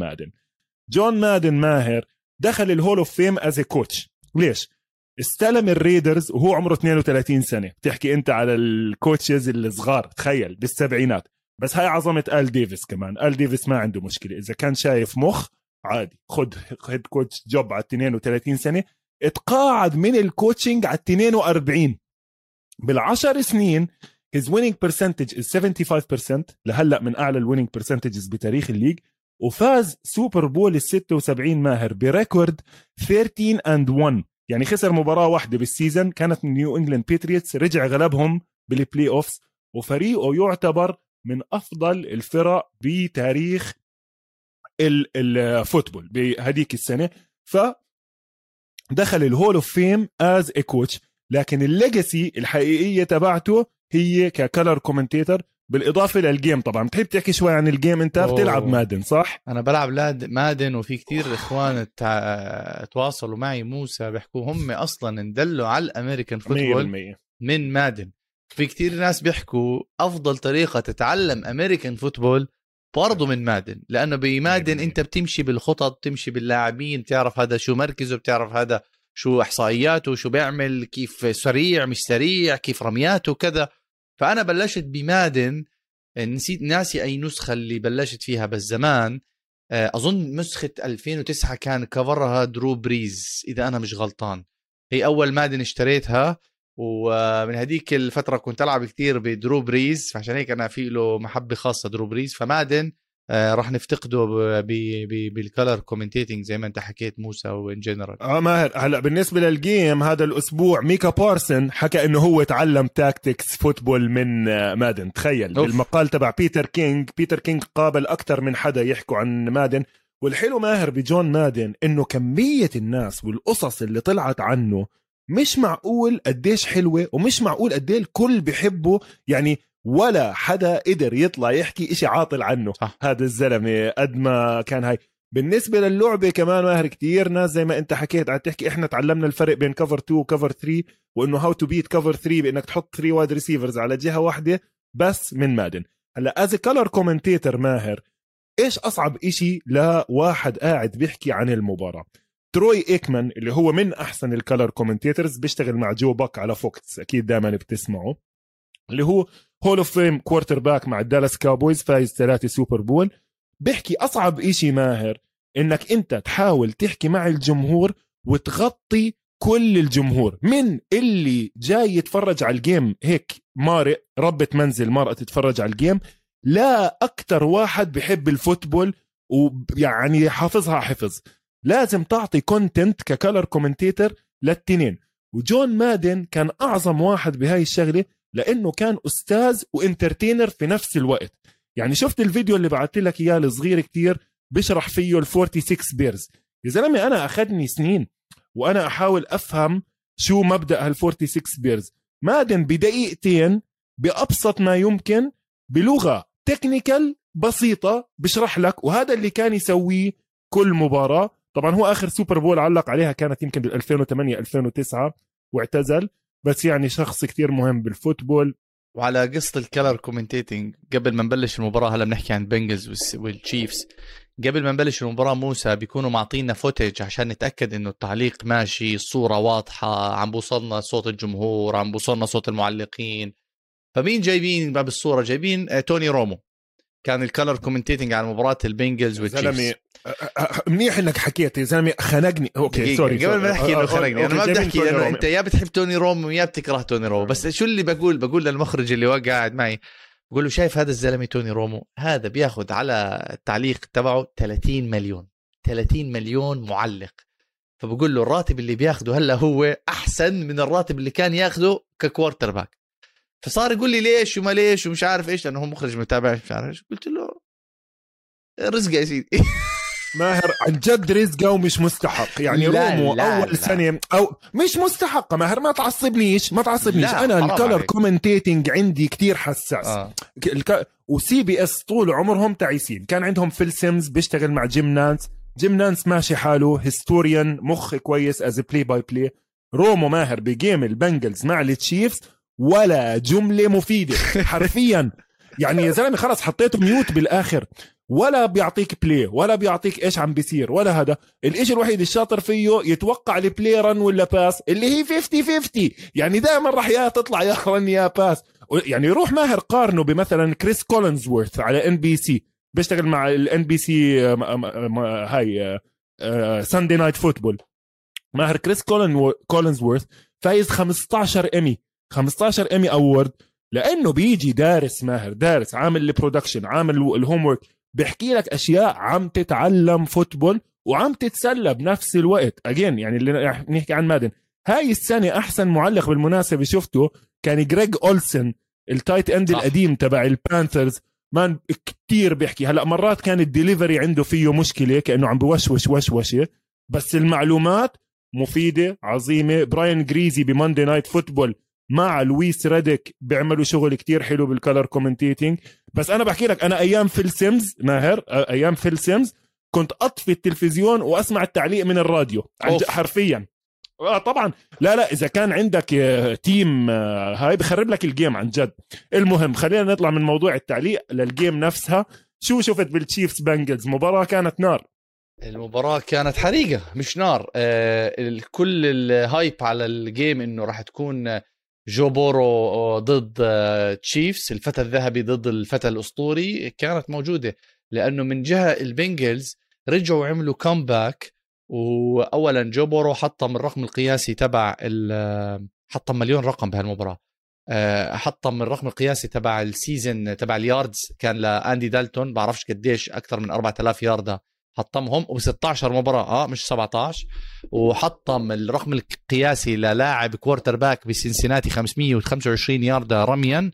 [SPEAKER 2] جون مادن ماهر دخل الهول اوف فيم از كوتش. ليش؟ استلم الريدرز وهو عمره 32 سنة. بتحكي أنت على الكوتشز الصغار، تخيل بالسبعينات. بس هاي عظمة آل ديفيس كمان. آل ديفيس ما عنده مشكلة، إذا كان شايف مخ عادي خد هيد كوتش جوب على 32 سنة. اتقاعد من الكوتشنج على 42. بالعشر سنين his winning percentage is 75%، لهلأ من أعلى الويننج percentages بتاريخ الليج. وفاز سوبر بول 76 ماهر بريكورد 13-1. يعني خسر مباراة واحدة بالسيزن، كانت من نيو إنجلاند بيتريتس، رجع غلبهم بالبلاي أوفس، وفريقه يعتبر من أفضل الفرق بتاريخ الفوتبول بهديك السنة. فدخل الهول اوف فيم از ا كوتش، لكن الليجاسي الحقيقية تبعته هي ككلر كومنتيتر، بالإضافة للجيم. طبعا بتحب تحكي شوي عن الجيم، انت بتلعب مادن صح؟
[SPEAKER 1] أنا بلعب مادن، وفي كتير إخوان تواصلوا معي موسى بيحكوا هم أصلا اندلوا على الأمريكان فوتبول من مادن. في كتير ناس بيحكوا أفضل طريقة تتعلم أمريكان فوتبول برضو من مادن، لأنه بمادن أنت بتمشي بالخطط، بتمشي باللاعبين، بتعرف هذا شو مركزه، بتعرف هذا شو احصائياته، شو بيعمل، كيف سريع مش سريع، كيف رمياته كذا. فانا بلشت بمادن، نسيت ناسي اي نسخه اللي بلشت فيها بالزمان، اظن نسخه 2009 كان كفرها درو بريز اذا انا مش غلطان. هي اول مادن اشتريتها، ومن هديك الفتره كنت العب كتير بدرو بريز، فعشان هيك انا في له محبه خاصه درو بريز. فمادن راح نفتقده بالكلر كومنتيتنج زي ما انت حكيت موسى وان جنرال.
[SPEAKER 2] ماهر هلا بالنسبه للجيم هذا الاسبوع ميكا بارسن حكى انه هو تعلم تاكتكس فوتبول من مادن. تخيل بالمقال تبع بيتر كينج قابل اكثر من حدا يحكوا عن مادن. والحلو ماهر بجون مادن انه كميه الناس والقصص اللي طلعت عنه مش معقول قديش حلوه، ومش معقول قديه الكل بيحبه. يعني ولا حدا قدر يطلع يحكي إشي عاطل عنه.
[SPEAKER 1] صح.
[SPEAKER 2] هذا الزلمه قد ما كان هاي. بالنسبه للعبه كمان ماهر كتير ناس زي ما انت حكيت عم تحكي احنا تعلمنا الفرق بين كفر 2 وكفر 3، وانه هاو تو بيت كفر 3 بانك تحط 3 وايد ريسيفرز على جهه واحده بس من مادن. هلا از كلر كومنتيتر ماهر ايش اصعب إشي لواحد قاعد بيحكي عن المباراه؟ تروي إيكمان اللي هو من احسن الكلر كومنتيترز بيشتغل مع جو باك على فوكس، اكيد دائما بتسمعه، اللي هو هول اوف فيم كوارتر باك مع الدالاس كاوبويز، فايز 3 سوبر بول. بيحكي اصعب إشي ماهر انك انت تحاول تحكي مع الجمهور وتغطي كل الجمهور، من اللي جاي يتفرج على الجيم هيك مارق ربة منزل مرأة تتفرج على الجيم، لا اكتر واحد بحب الفوتبول ويعني حافظها حفظ. لازم تعطي كونتنت ككالر كومنتيتر للتنين. وجون مادن كان اعظم واحد بهاي الشغلة لانه كان استاذ وانترتينر في نفس الوقت. يعني شفت الفيديو اللي بعثت لك اياه الصغير كتير بشرح فيه ال46 بيرز. يا زلمه انا اخذني سنين وانا احاول افهم شو مبدا هال46 بيرز. مادن بدقيقتين بابسط ما يمكن بلغه تكنيكال بسيطه بشرح لك، وهذا اللي كان يسويه كل مباراه. طبعا هو اخر سوبر بول علق عليها كانت يمكن بال 2008 2009 واعتزل، بس يعني شخص كتير مهم بالفوتبول.
[SPEAKER 1] وعلى قصة الكلر كومنتيتنج قبل ما نبلش المباراة، هلا بنحكي عن بنجلز والتشيفز، قبل ما نبلش المباراة موسى بيكونوا معطينا فوتج عشان نتأكد انه التعليق ماشي، الصورة واضحة، عم بوصلنا صوت الجمهور، عم بوصلنا صوت المعلقين. فمين جايبين باب الصورة؟ جايبين توني رومو، كان الكلر كومنتيتنج على مباراة البنجلز والتشيفز.
[SPEAKER 2] منيح انك حكيت يا زلمه، خنقني. اوكي سوري
[SPEAKER 1] قبل ما نحكي انه خنقني، انا ما بدي احكي انه انت يا بتحب توني رومو يا بتكره توني رومو، بس شو اللي بقول للمخرج اللي هو قاعد معي، بقول له شايف هذا الزلمه توني رومو هذا بياخد على التعليق تبعه 30 مليون معلق. فبقول له الراتب اللي بياخده هلا هو احسن من الراتب اللي كان ياخده ككوارتر باك. فصار يقول لي ليش وما ليش ومش عارف ايش، لانه هو مخرج متابع مش عارف ايش. قلت له رزقه يا سيدي.
[SPEAKER 2] ماهر عن جد رزقه ومش مستحق. يعني رومو اول سنه او مش مستحقه. ماهر ما تعصبنيش انا الكلر كومنتيتنج عندي كتير حساس. وسي بي اس طول عمرهم تعيسين. كان عندهم فيل سيمز بيشتغل مع جيم نانس ماشي حاله، هيستوريان مخ كويس از بلاي باي بلاي. رومو ماهر بجيم البنجلز مع التشيفز ولا جمله مفيده حرفيا. يعني يا زلمه خلص حطيته ميوت بالاخر، ولا بيعطيك بلاي ولا بيعطيك ايش عم بيصير ولا هذا. الاشي الوحيد الشاطر فيه يتوقع البلاي رن ولا باس اللي هي 50-50. يعني دائما راح يا تطلع يا رن يا باس. يعني يروح ماهر قارنه بمثلا كريس كولينزورث على NBC بيشتغل مع الNBC هاي ساندي نايت فوتبول. ماهر كريس كولينزورث فايز 15 ايمي أورد لانه بيجي دارس. ماهر دارس، عامل البرودكشن، عامل الهوم ورك، بيحكي لك اشياء عم تتعلم فوتبول وعم تتسلى بنفس الوقت. اجين يعني اللي نحكي عن مادن هاي السنه احسن معلق بالمناسبه شفته كان جريج أولسن التايت اند القديم تبع البانثرز. مان كتير بيحكي. هلا مرات كان الديليفري عنده فيه مشكله كانه عم بوشوشه، بس المعلومات مفيده عظيمه. براين جريزي بماندي نايت فوتبول مع لويس ريديك بيعملوا شغل كتير حلو بالكالر كومنتيتنج. بس انا بحكي لك انا ايام فيل سيمز ماهر، ايام فيل سيمز كنت اطفي التلفزيون واسمع التعليق من الراديو حرفيا. طبعا لا اذا كان عندك تيم هاي بخرب لك الجيم عن جد. المهم خلينا نطلع من موضوع التعليق للجيم نفسها. شو شفت بالتشيفز بنجلز؟ مباراة كانت نار.
[SPEAKER 1] المباراة كانت حريقة مش نار. كل الهايب على الجيم انه راح تكون جو بورو ضد تشيفز، الفتى الذهبي ضد الفتى الاسطوري، كانت موجودة. لانه من جهة البنجلز رجعوا وعملوا كومباك، واولا جو بورو حطم الرقم القياسي تبع حطم مليون رقم بهالمباراة. حطم الرقم القياسي تبع السيزن تبع الياردز كان لاندي دالتون، بعرفش قديش، اكثر من 4000 ياردة حطمهم، وب16 مباراة مش 17. وحطم الرقم القياسي للاعب كوارتر باك بسنسيناتي 525 ياردة رميا.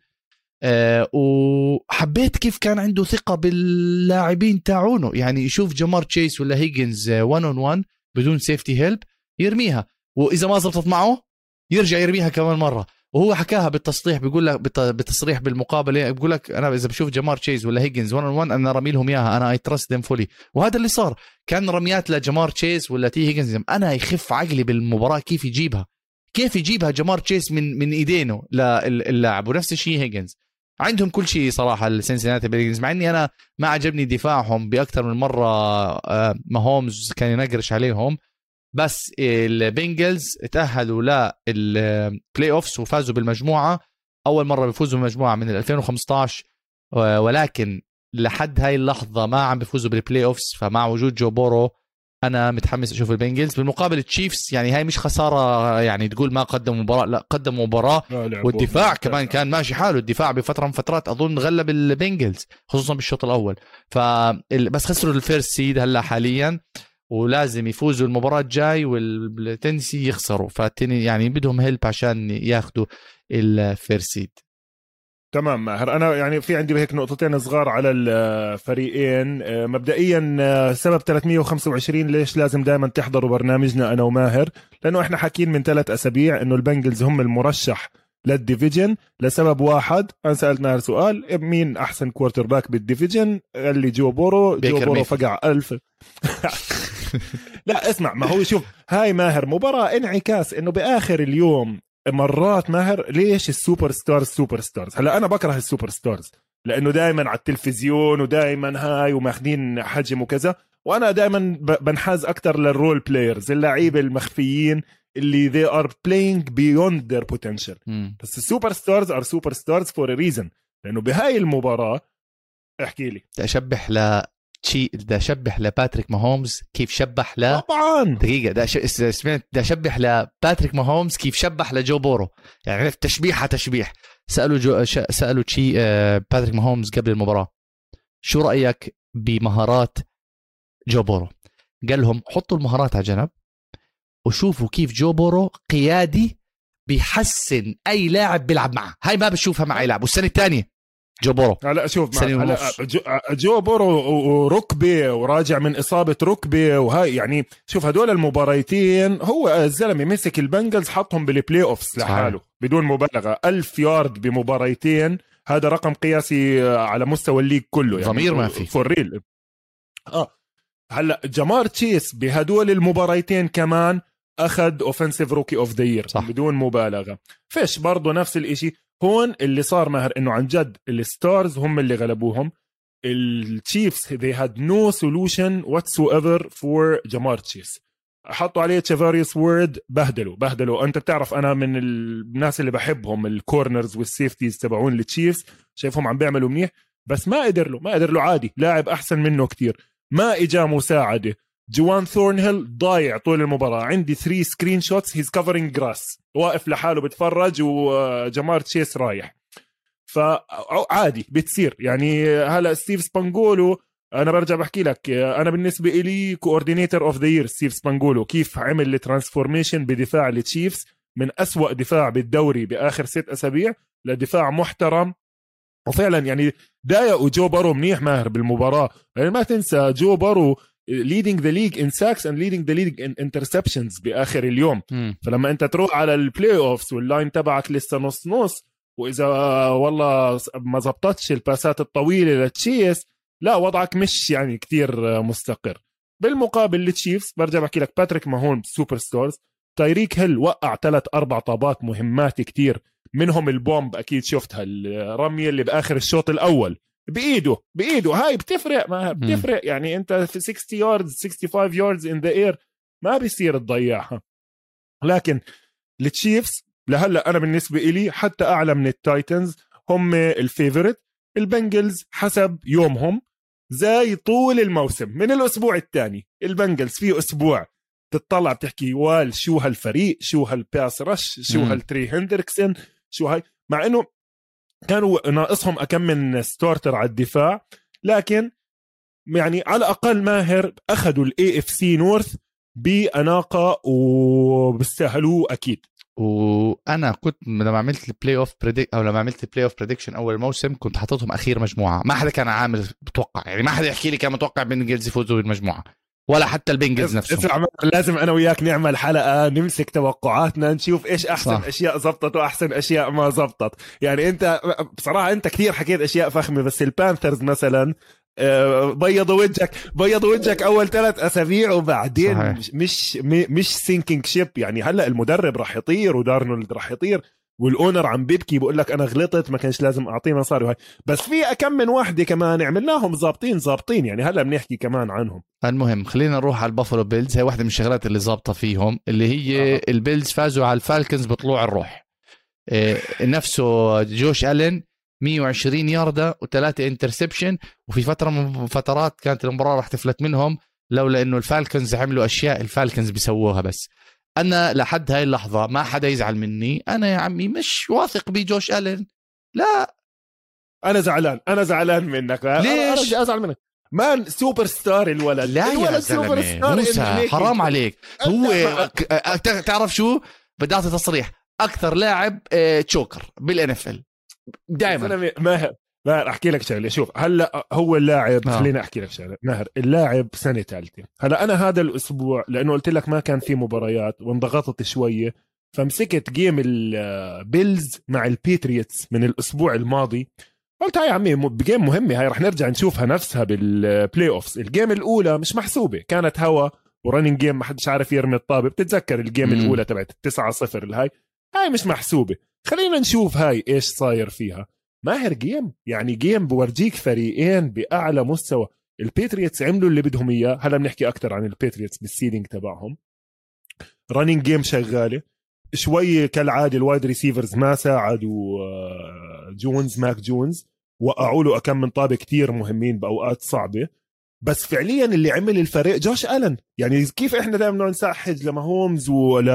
[SPEAKER 1] وحبيت كيف كان عنده ثقة باللاعبين تاعونه، يعني يشوف جمار تشيس ولا هيجنز 1 on 1 بدون سيفتي هيلب يرميها، وإذا ما زبطت معه يرجع يرميها كمان مرة. وهو حكاها بالتصريح، بيقول لك بالتصريح بالمقابله، بيقول لك انا اذا بشوف جمار تشيز ولا هيجنز 1 on 1 انا رمي لهم اياها، انا اي تراست ذيم فولي. وهذا اللي صار، كان رميات لجمار تشيز ولا تي هيجنز، انا يخف عقلي بالمباراه كيف يجيبها جمار تشيز من ايدينه للاعب. ونفس الشيء هيجنز، عندهم كل شيء صراحه السنسيناتي بيجنز، مع اني انا ما عجبني دفاعهم باكثر من مره. ما هومز كان ينقرش عليهم، بس البنجلز تأهلوا للبلاي اوفس وفازوا بالمجموعة. أول مرة بيفوزوا بالمجموعة من 2015، ولكن لحد هاي اللحظة ما عم بيفوزوا بالبلاي اوفس. فمع وجود جو بورو أنا متحمس أشوف البنجلز. بالمقابل التشيفز يعني هاي مش خسارة يعني تقول ما قدموا مباراة، لا قدموا مباراة، والدفاع كمان كان ماشي حاله. الدفاع بفترة من فترات أظن غلب البنجلز خصوصا بالشوط الأول. بس خسروا الفيرست سيد هلا حاليا، ولازم يفوزوا المباراة الجاي والتنسي يخسروا، فالتني يعني بدهم هيلب عشان ياخدوا الفيرسيد.
[SPEAKER 2] تمام ماهر، أنا يعني في عندي هيك نقطتين صغار على الفريقين. مبدئيا سبب 325 ليش لازم دائما تحضروا برنامجنا أنا وماهر، لأنه إحنا حاكين من 3 أسابيع إنه البنجلز هم المرشح للديفيجن لسبب واحد. أنا سألت ماهر سؤال مين أحسن كوارتر باك بالديفيجن، قال لي جو بورو فقع 1000. لا اسمع، ما هو شوف هاي ماهر مباراة انعكاس انه باخر اليوم مرات ماهر ليش السوبر ستارز. هلا انا بكره السوبر ستارز لانه دائما على التلفزيون ودائما هاي وماخذين حجم وكذا، وانا دائما بنحاز اكتر للرول بلايرز، اللعيبه المخفيين اللي they are playing beyond their potential. بس السوبر ستارز are super stars for a reason، لانه بهاي المباراة احكي لي
[SPEAKER 1] بدي اشبح لباتريك ماهومز كيف شبح
[SPEAKER 2] طبعا
[SPEAKER 1] دقيقه، بدي اشبح لباتريك ماهومز كيف شبح لجو بورو، يعني عرفت تشبيح. سالوا باتريك ماهومز قبل المباراه شو رايك بمهارات جو بورو، قال لهم حطوا المهارات على جنب وشوفوا كيف جو بورو قيادي بيحسن اي لاعب بيلعب معه. هاي ما بشوفها مع اي لاعب. والسنه الثانيه جو بورو،
[SPEAKER 2] لا شوف جو بورو وركبه وراجع من إصابة ركبه، وهاي يعني شوف هدول المباريتين هو الزلمة مسك البنجلز حطهم بالبلاي اوفس لحاله بدون مبالغة. 1000 يارد بمباريتين، هذا رقم قياسي على مستوى الليج كله يعني
[SPEAKER 1] ضمير ما في
[SPEAKER 2] فور ريل. هلا جمار تشيس بهدول المباريتين كمان أخذ اوفنسيف روكي اوف ذا يير بدون مبالغة. فيش برضو نفس الاشي هون اللي صار ماهر، انه عن جد الستارز هم اللي غلبوهم. التشيفز they had no solution whatsoever for جمار تشيس، حطوا عليه تشافاريوس وورد، بهدلوا. انت بتعرف انا من الناس اللي بحبهم الكورنرز والسيفتيز تبعون التشيفز، شايفهم عم بيعملوا منيح، بس ما قدر له عادي، لاعب احسن منه كتير، ما اجا مساعده. جوان ثورنهيل ضايع طول المباراة، عندي 3 سكرين شوتس هيز كفرينج جراس، واقف لحاله بتفرج وجمار تشيس رايح. فعادي بتصير يعني. هلا ستيف سبانجولو انا برجع بحكي لك، انا بالنسبة إلي كوردينيتور اوف ذا يير ستيف سبانجولو، كيف عمل الترانسفورميشن بدفاع التشيفز من أسوأ دفاع بالدوري باخر 6 أسابيع لدفاع محترم. وفعلا يعني ضايقوا جو بارو منيح ماهر بالمباراة، يعني ما تنسى جو بارو leading the league in sacks and leading the league in interceptions بآخر اليوم. فلما أنت تروح على البلاي أوفس واللاين تبعك لسه نص، وإذا والله ما زبطتش الباسات الطويلة لتشيس، لا وضعك مش يعني كتير مستقر. بالمقابل للتشيفز برجع بحكي لك باتريك ماهون سوبر ستارز، تايريك هيل وقع 3-4 طابات مهمات كتير، منهم البومب أكيد شفتها، الرمية اللي بآخر الشوط الأول بايده هاي بتفرق، ما بتفرق يعني انت في 60 ياردز 65 ياردز ان ذا اير ما بيصير تضيعها. لكن التشيفز لهلا انا بالنسبه إلي حتى اعلى من التايتنز، هم الفيفورت. البنجلز حسب يومهم زي طول الموسم من الاسبوع الثاني، البنجلز فيه اسبوع تطلع بتحكي وال شو هالفريق، شو هالباس رش، شو هالتري هندركسن، شو هاي، مع انه كانوا ناقصهم أكم من ستارتر على الدفاع، لكن يعني على الأقل ماهر أخذوا الاي اف سي نورث بأناقة وبيستاهلوه أكيد.
[SPEAKER 1] وانا كنت لما عملت البلاي اوف لما عملت البلاي اوف بريدكشن اول الموسم كنت حاططهم اخير مجموعه، ما حدا كان عامل بتوقع، يعني ما حدا يحكي لي كان متوقع بنجلز يفوزوا بالمجموعه ولا حتى البنجلز نفسهم.
[SPEAKER 2] لازم انا وياك نعمل حلقه نمسك توقعاتنا نشوف ايش احسن صح. اشياء زبطت واحسن اشياء ما زبطت. يعني انت بصراحه انت كثير حكيت اشياء فخمه، بس البانثرز مثلا بيضوا وجهك اول 3 أسابيع وبعدين صحيح. مش سينكينج شيب. يعني هلا المدرب راح يطير ودارنولد راح يطير والاونر عم بيبكي بقول لك انا غلطت ما كانش لازم اعطيه مصاري وهي. بس في اكم من وحده كمان عملناهم ظابطين يعني هلا بنحكي كمان عنهم.
[SPEAKER 1] المهم خلينا نروح على البافلو بيلز، هي واحده من الشغلات اللي ظابطه فيهم اللي هي البيلز فازوا على الفالكنز بطلوع الروح. نفسه جوش ألين 120 ياردة و3 انترسبشن، وفي فترة من فترات كانت المباراة راح تفلت منهم لولا انه الفالكنز عملوا اشياء الفالكنز بيسووها. بس انا لحد هاي اللحظة ما حدا يزعل مني، انا يا عمي مش واثق بجوش ألين. لا
[SPEAKER 2] انا زعلان منك.
[SPEAKER 1] ليش
[SPEAKER 2] ازعل منك؟ مان سوبر ستار الولد.
[SPEAKER 1] لا
[SPEAKER 2] الولد
[SPEAKER 1] سوبر ستار موسى حرام عليك. هو تعرف شو بدي اعطي تصريح اكثر لاعب تشوكر بالان اف ال دائما.
[SPEAKER 2] ماهر احكي لك شغله. شوف هلا هو اللاعب خلينا احكي لك شغله. ماهر اللاعب سنه ثالثه. هلا انا هذا الاسبوع لانه قلت لك ما كان في مباريات وانضغطت شويه، فمسكت جيم البيلز مع البيتريتس من الاسبوع الماضي. قلت هاي عمي بجيم مهمه، هاي رح نرجع نشوفها نفسها بالبلاي اوفز. الجيم الاولى مش محسوبه، كانت هوا ورننج جيم ما حدش عارف يرمي الطابه. بتتذكر الجيم الاولى تبعت 9-0 هاي مش محسوبه. خلينا نشوف هاي ايش صاير فيها. ماهر جيم يعني جيم بورجيك فريقين باعلى مستوى. البيتريتس عملوا اللي بدهم اياه. هلا بنحكي اكتر عن البيتريتس بالسيدنج تبعهم. رننج جيم شغاله شوي كالعاده. الوايد ريسيفرز ما ساعدوا ماك جونز، وقعوا له أكم من طابة كتير مهمين بأوقات صعبة. بس فعليا اللي عمل الفريق جوش ألن. يعني كيف إحنا دائما نسحج لماهومز ولا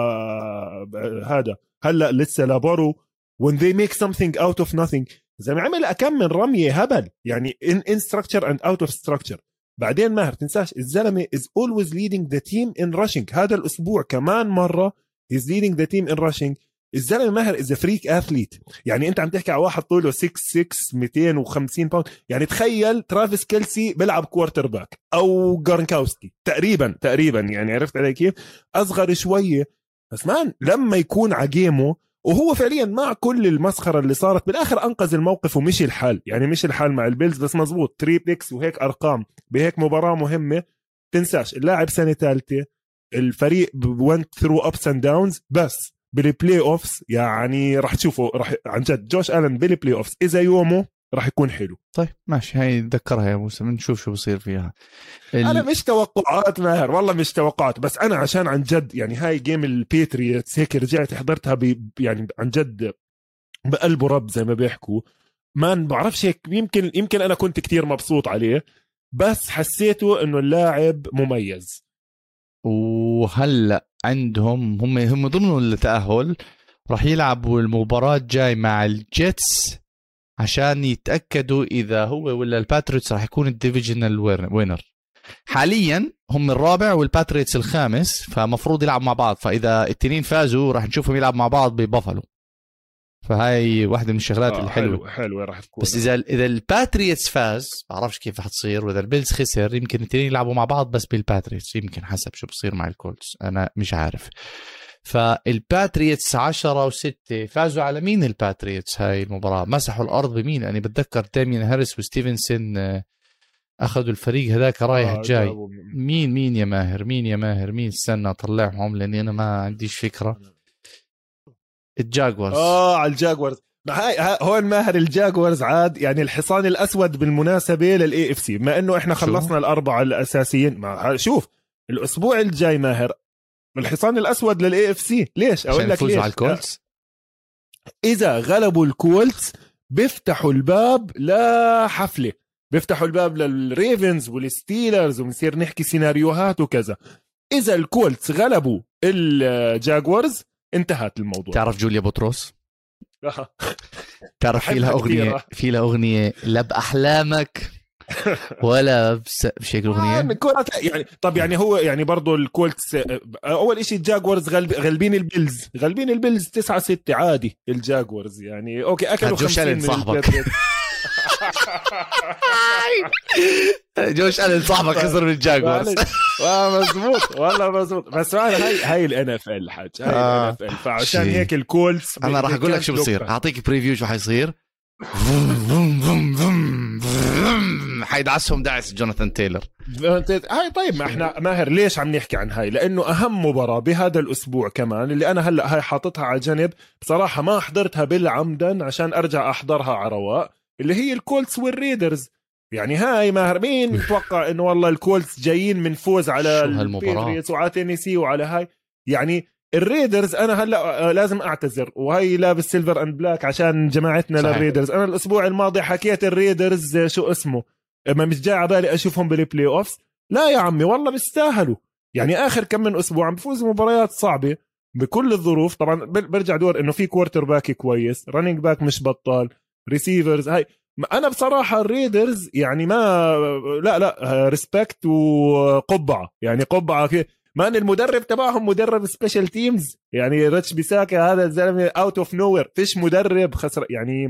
[SPEAKER 2] هذا هلأ لسه لابورو when they make something out of nothing. زي ما عمل أكم من رمية هبل يعني in structure and out of structure. بعدين ماهر تنساش الزلمة is always leading the team in rushing. هذا الأسبوع كمان مرة is leading the team in rushing. الزلمه ماهر is a freak athlete. يعني انت عم تحكي على واحد طوله 6'6" 250 باوند. يعني تخيل ترافيس كيلسي بيلعب كوارتر باك او جارنكاوسكي تقريبا يعني عرفت علي كيف؟ اصغر شويه. بس مان لما يكون عجيمه وهو فعليا مع كل المسخره اللي صارت بالاخر انقذ الموقف ومشي الحال. يعني مش الحال مع البيلز بس مزبوط 3 بيكس وهيك ارقام بهيك مباراه مهمه. تنساش اللاعب سنه ثالثه، الفريق went through ups and downs. بس بالبلاي اوفز يعني راح تشوفوا راح عن جد جوش ألن بالبلاي اوفز اذا يومه راح يكون حلو.
[SPEAKER 1] طيب ماشي هاي ذكرها يا موسى بنشوف شو بصير فيها.
[SPEAKER 2] انا مش توقعات ماهر والله مش توقعات، بس انا عشان عن جد يعني هاي جيم البيتريتس هيك رجعت حضرتها يعني عن جد بقلب رب زي ما بيحكوا. ما بعرفش هيك يمكن انا كنت كتير مبسوط عليه، بس حسيته انه اللاعب مميز.
[SPEAKER 1] وهلا عندهم هم ضمن التأهل راح يلعبوا المباراة جاي مع الجيتس عشان يتأكدوا إذا هو ولا الباتريتس راح يكون الديفيجنال وينر. حاليا هم الرابع والباتريتس الخامس، فمفروض يلعبوا مع بعض. فإذا التنين فازوا راح نشوفهم يلعبوا مع بعض ببافلو. فهاي واحدة من الشغلات الحلوة.
[SPEAKER 2] حلوة راح تكون.
[SPEAKER 1] بس إذا الباتريتس فاز بعرفش كيف حتصير، وإذا البيلز خسر يمكن التنين يلعبوا مع بعض بس بالباتريتس، يمكن حسب شو بصير مع الكولتس أنا مش عارف. فالباتريتس 10-6 فازوا على مين؟ الباتريتس هاي المباراة مسحوا الأرض بمين؟ أنا بتذكر دامين هاريس وستيفنسون أخذوا الفريق هذاك رايح جاي. مين يا ماهر مين استنى أطلعهم لأني أنا ما عنديش فكرة. الجاكورز
[SPEAKER 2] على الجاكورز هاي هو الماهر الجاكورز عاد يعني الحصان الأسود بالمناسبة للإي اف سي، ما إنه إحنا خلصنا الأربعة الأساسيين. ما شوف الأسبوع الجاي ماهر الحصان الأسود للإي اف سي. ليش أقول لك ليش؟
[SPEAKER 1] على الكولتس.
[SPEAKER 2] إذا غلبوا الكولتس بيفتحوا الباب لحفلة، بيفتحوا الباب للريفنز والستيلرز وبنصير نحكي سيناريوهات وكذا. إذا الكولتس غلبوا الجاكورز انتهت الموضوع.
[SPEAKER 1] تعرف جوليا بطرس؟ تعرف في لها أغنية لا بأحلامك ولا مش هيك الأغنية
[SPEAKER 2] يعني. طب يعني هو يعني برضو الكولتس أول إشي الجاكورز غالبين البيلز 9-6 عادي. الجاكورز يعني أوكي أكلوا 50 من صاحبك.
[SPEAKER 1] جوش ألين صاحبك خسر من الجاكورز.
[SPEAKER 2] مزبوط والله مزبوط. بس هاي ال NFL حاج، هاي ال NFL. فعشان هيك الكولتس
[SPEAKER 1] أنا راح أقول لك شو بصير، أعطيك بريفيو شو حيصير. حيدعسهم دعس جوناثان تايلر.
[SPEAKER 2] هاي طيب ما احنا ماهر ليش عم نحكي عن هاي؟ لأنه أهم مباراة بهذا الأسبوع كمان اللي أنا هلأ هاي حاطتها على جنب بصراحة، ما حضرتها بالعمدا عشان أرجع أحضرها على رواق، اللي هي الكولتس والريدرز. يعني هاي ماهر مين متوقع إنه والله الكولتس جايين من فوز على البيتريتس وعلى تينيسي وعلى هاي. يعني الريدرز أنا هلأ لازم أعتذر، وهي لابس سيلفر أند بلاك عشان جماعتنا صحيح. للريدرز أنا الأسبوع الماضي حكيت الريدرز شو اسمه، ما مش جاي عبالي أشوفهم بالبلاي أوفس. لا يا عمي والله بيستاهلوا. يعني آخر كم من أسبوع عم بفوز مباريات صعبة بكل الظروف. طبعا برجع دور إنه في كوارتر باك كويس، رننج باك مش بطال، ريسيفرز. هاي أنا بصراحة الريدرز يعني ما لا ريسبكت وقبعة، يعني قبعة كده. ما أن المدرب تبعهم مدرب سبيشال تيمز، يعني ريتش بيساكا هذا الزلمة اوت اوف نوير، فيش مدرب خسر يعني.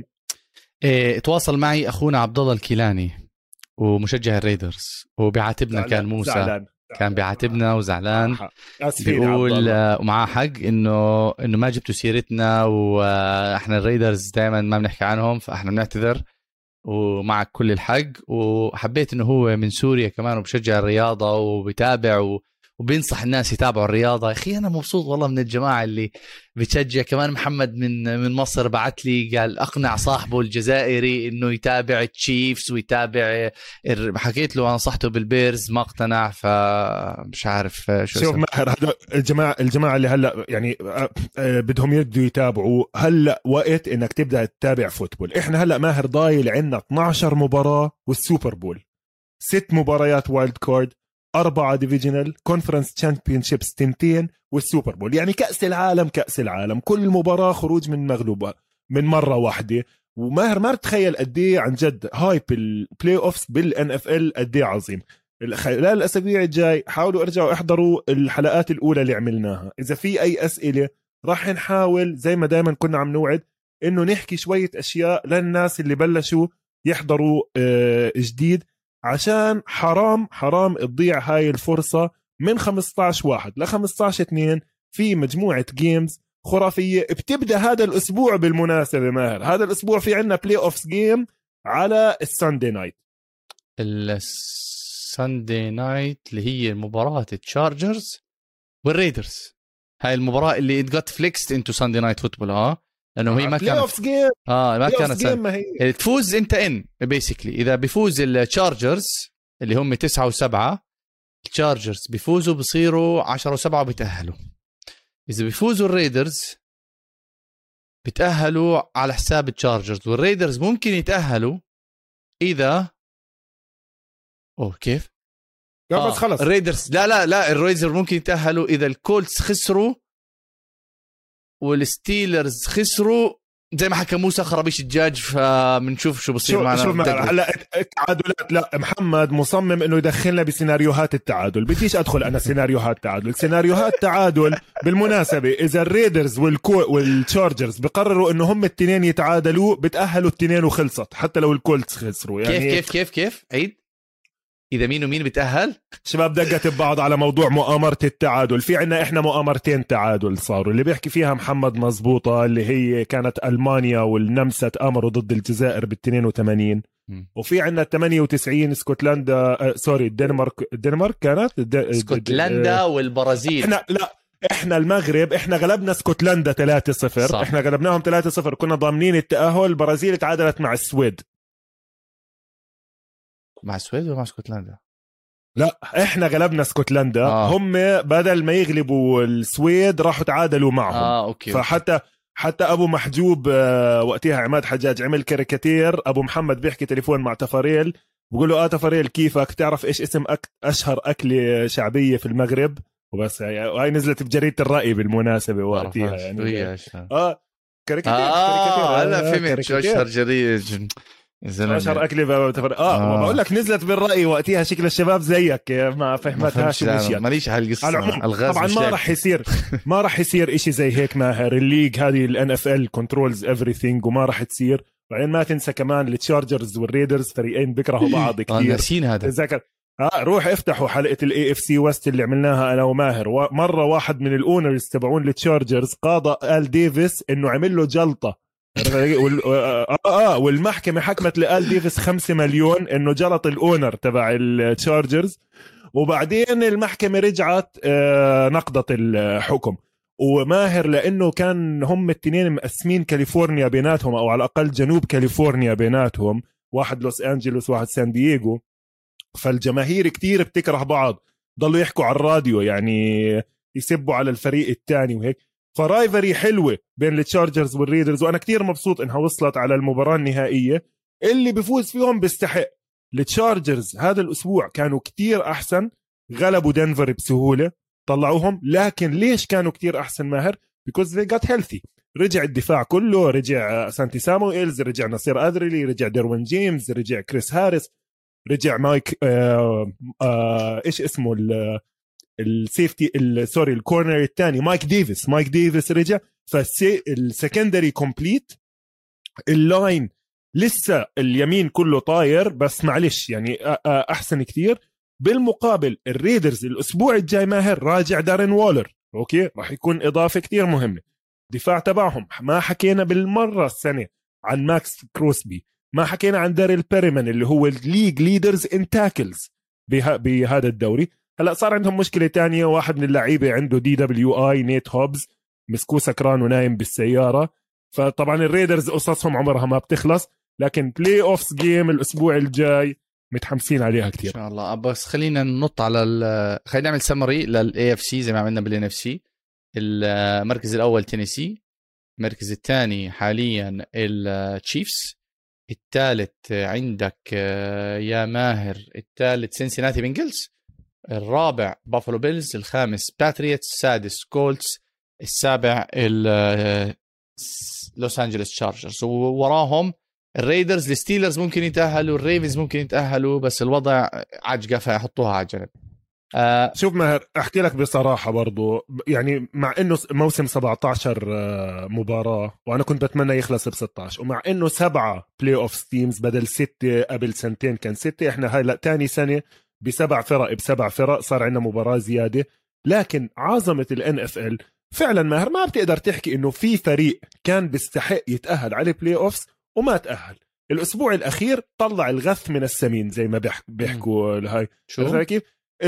[SPEAKER 1] تواصل معي أخونا عبد الله الكيلاني ومشجع الريدرز وبيعاتبنا، كان موسى زعلان. كان بيعاتبنا وزعلان، بيقول ومعاه حق انه ما جبتوا سيرتنا، واحنا الريدرز دائما ما بنحكي عنهم، فاحنا بنعتذر ومعك كل الحق. وحبيت انه هو من سوريا كمان وبشجع الرياضة وبيتابع وبينصح الناس يتابعوا الرياضة. أخي أنا مبسوط والله من الجماعة اللي بتشجع. كمان محمد من مصر بعت لي قال أقنع صاحبه الجزائري إنه يتابع تشيفز ويتابع. حكيت له أنا نصحته بالبيرز ما اقتنع، فمش عارف شو.
[SPEAKER 2] شوف ماهر هذا الجماعة اللي هلأ يعني بدهم يتابعوا هلأ وقت إنك تبدأ تتابع فوتبول. إحنا هلأ ماهر ضايل عنا 12 مباراة والسوبر بول، 6 مباريات وايلد كارد، 4 ديفيجنال كونفرنس تشامبيونشيبس 2 والسوبر بول. يعني كأس العالم كل مباراة خروج من مغلوبة من مرة واحدة. وماهر ما تتخيل قد ايه عن جد هايب البلاي اوفس بالان اف ال قد ايه عظيم. خلال الاسابيع الجاي حاولوا ارجعوا احضروا الحلقات الاولى اللي عملناها. اذا في اي اسئله راح نحاول زي ما دائما كنا عم نوعد انه نحكي شويه اشياء للناس اللي بلشوا يحضروا جديد، عشان حرام تضيع هاي الفرصة. من 15/1 ل 15/2 في مجموعة جيمز خرافية بتبدأ هذا الأسبوع. بالمناسبة ماهر هذا الأسبوع في عنا بلاي أوفس جيم على الساندي نايت.
[SPEAKER 1] الساندي نايت اللي هي مباراة التشارجرز والريدرز. هاي المباراة اللي got flexed into Sunday Night Football لانه هي ما كانت ما كانت تفوز انت بيسكلي. اذا بيفوز التشارجرز اللي هم 9-7، التشارجرز بيفوزوا بصيروا 10-7 وبيتأهلوا. اذا بيفوزوا الريدرز بيتأهلوا على حساب التشارجرز، والريدرز ممكن يتأهلوا اذا كيف
[SPEAKER 2] بس خلص
[SPEAKER 1] الريدرز لا الريدرز ممكن يتأهلوا اذا الكولتس خسروا والستيلرز خسروا. زي ما حكى موسى خرابيش الدجاج، فبنشوف شو بصير معنا.
[SPEAKER 2] شوف هلا التعادلات، لا محمد مصمم انه يدخلنا بسيناريوهات التعادل. بديش ادخل انا سيناريوهات تعادل بالمناسبه اذا الريدرز والتشارجرز بقرروا انه هم الاثنين يتعادلوا بتأهلوا الاثنين وخلصت، حتى لو الكولتس خسروا. يعني
[SPEAKER 1] كيف عيد إذا مين ومين بتأهل؟
[SPEAKER 2] شباب دقت ببعض على موضوع مؤامرة التعادل. في عنا إحنا مؤامرتين تعادل صاروا، اللي بيحكي فيها محمد مزبوطة اللي هي كانت ألمانيا والنمسا تآمروا ضد الجزائر بال82، وفي عنا 98 اسكتلندا الدنمارك كانت
[SPEAKER 1] اسكتلندا والبرازيل.
[SPEAKER 2] احنا المغرب احنا غلبنا اسكتلندا 3-0.
[SPEAKER 1] صح.
[SPEAKER 2] احنا غلبناهم 3-0 كنا ضامنين التأهل. البرازيل تعادلت مع السويد.
[SPEAKER 1] مع السويد ومع اسكتلندا؟
[SPEAKER 2] لا احنا غلبنا اسكتلندا. هم بدل ما يغلبوا السويد راحوا تعادلوا معهم.
[SPEAKER 1] اوكي.
[SPEAKER 2] فحتى ابو محجوب وقتها عماد حجاج عمل كاريكاتير. ابو محمد بيحكي تليفون مع تفاريل بقول له تفاريل كيفك تعرف ايش اسم اشهر اكله شعبيه في المغرب وبس. هاي نزلت بجريده الرأي بالمناسبه وقتها يعني كاريكاتير.
[SPEAKER 1] هلا فهمت شو اشهر جريده
[SPEAKER 2] اشهر اكله بقول لك نزلت بالرأي وقتها. شكل الشباب زيك ما فهمتهاش
[SPEAKER 1] ماليش هالقصه.
[SPEAKER 2] طبعا ما راح يصير إشي زي هيك ماهر. الليج هذه الNFL كنترولز everything وما راح تصير. بعدين ما تنسى كمان التشارجرز والريدرز فريقين بيكرهوا بعض كثير.
[SPEAKER 1] ناسين هذا.
[SPEAKER 2] تذكر روح افتحوا حلقه الAFC وست اللي عملناها انا وماهر. مره واحد من الاونرز تبعون التشارجرز قاضى آل ديفيس انه عمل له جلطه والمحكمة حكمت لآل ديفيس 5 مليون انه جلط الاونر تبع التشارجرز. وبعدين المحكمة رجعت نقضت الحكم. وماهر لانه كان هم التنين مقسمين كاليفورنيا بيناتهم او على الاقل جنوب كاليفورنيا بيناتهم. واحد لوس انجلوس واحد سان دييغو. فالجماهير كتير بتكره بعض. ضلوا يحكوا على الراديو يعني يسبوا على الفريق الثاني وهيك. فرايفري حلوة بين التشارجرز والريدرز. وأنا كتير مبسوط إنها وصلت على المباراة النهائية. اللي بيفوز فيهم بيستحق. التشارجرز هذا الأسبوع كانوا كتير أحسن. غلبوا دنفر بسهولة طلعوهم. لكن ليش كانوا كتير أحسن ماهر؟ because they got healthy. رجع الدفاع كله. رجع سانتي سامويلز. رجع نصير أدريلي. رجع ديروين جيمس. رجع كريس هاريس. رجع مايك إيش اسمه السيفتي سوري الكورنر الثاني مايك ديفيس رجع. فالسكندري كومبليت. اللاين لسه اليمين كله طاير بس معلش يعني احسن كتير. بالمقابل الريدرز الاسبوع الجاي ماهر راجع دارين وولر. اوكي راح يكون اضافه كتير مهمه. دفاع تبعهم ما حكينا بالمره السنه عن ماكس كروسبي. ما حكينا عن داريل بيريمان اللي هو الليج ليدرز ان تاكلز بهذا الدوري. هلا صار عندهم مشكله تانية. واحد من اللعيبه عنده DWI نيت هوبز مسكوه سكران ونايم بالسياره. فطبعا الريدرز قصصهم عمرها ما بتخلص. لكن بلاي اوفز جيم الاسبوع الجاي متحمسين عليها كتير
[SPEAKER 1] ان شاء الله. بس خلينا ننط على خلينا نعمل سمري للAFC زي ما عملنا بالNFC. المركز الاول تينيسي. المركز الثاني حاليا التشيفز. الثالث عندك يا ماهر الثالث سينسيناتي بنجلز. الرابع بافلو بيلز. الخامس باتريوتس. السادس كولتس. السابع لوس أنجلوس تشارجرز. ووراهم الريدرز. الستيلرز ممكن يتأهلوا. الريفنز ممكن يتأهلوا بس الوضع عجقة فيحطوها على جنب.
[SPEAKER 2] شوف ماهر احكي لك بصراحة برضو يعني مع انه موسم 17 مباراة وانا كنت بتمنى يخلص ب16 ومع انه 7 بلاي اوف تيمز بدل 6 قبل سنتين كان 6. احنا هاي لا تاني سنة ب7 فرق صار عندنا مباراة زيادة. لكن عظمة الNFL فعلا ماهر ما بتقدر تحكي انه في فريق كان بيستحق يتأهل على بلاي اوفز وما تأهل. الاسبوع الاخير طلع الغث من السمين زي ما بيحكوا هاي شو كيف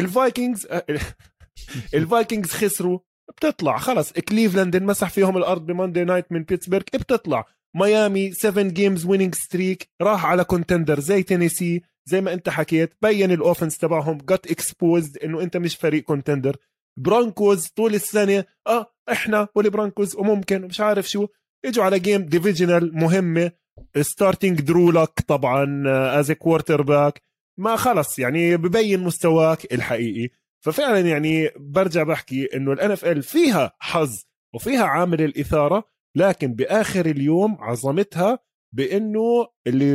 [SPEAKER 2] الفايكنجز خسروا بتطلع خلص. كليفلاند انمسح فيهم الارض بماندي نايت من بيتسبرغ بتطلع. ميامي 7 جيمز ويننج ستريك راح على كونتندر زي تينيسي. زي ما انت حكيت بين الاوفنس تبعهم got exposed انه انت مش فريق كونتندر. برونكوز طول السنة احنا والبرونكوز وممكن مش عارف شو اجوا على جيم ديفيجنال مهمة. ستارتنج درو لك طبعا از كوارتر باك ما خلص يعني ببين مستواك الحقيقي. ففعلا يعني برجع بحكي انه الNFL فيها حظ وفيها عامل الإثارة. لكن بآخر اليوم عظمتها بانه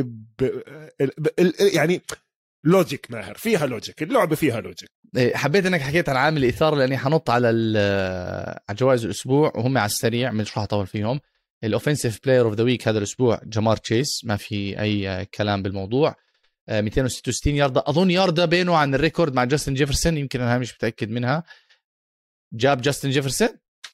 [SPEAKER 2] يعني لوجيك ماهر فيها لوجيك. اللعبة فيها لوجيك.
[SPEAKER 1] حبيت انك حكيت عن عامل الإثارة لاني حنط على جوائز الاسبوع وهم على السريع مش راح اطول فيهم. الاوفنسيف بلاير اوف ذا ويك هذا الاسبوع جمار تشيس. ما في اي كلام بالموضوع. 266 ياردة اظن ياردة بينه عن الريكورد مع جاستن جيفرسون. يمكن انا مش متاكد منها. جاب جاستن جيفرسون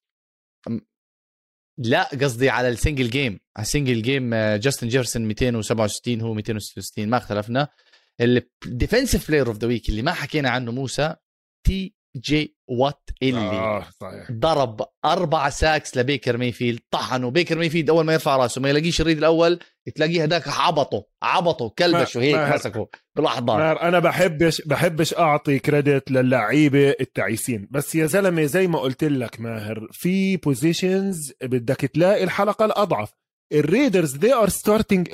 [SPEAKER 1] لا قصدي على السنجل جيم. على السنجل جيم جاستن جيفرسون 267 هو 266 ما اختلفنا. الديفنسيف بلاير اوف ذا ويك اللي ما حكينا عنه موسى جي وات اللي
[SPEAKER 2] صحيح.
[SPEAKER 1] ضرب 4 ساكس لبيكر مايفيلد، طحنه بيكر مايفيلد أول ما يرفع راسه ما يلاقيش الريد الأول، تلاقيه هداك عبطه كلبشه هيك مسكه بالأحضان.
[SPEAKER 2] أنا بحبش أعطي كريدت للعيبة التعيسين، بس يا زلمة زي ما قلت لك ماهر، في بوزيشنز بدك تلاقي الحلقة الأضعف. الريدرز they are starting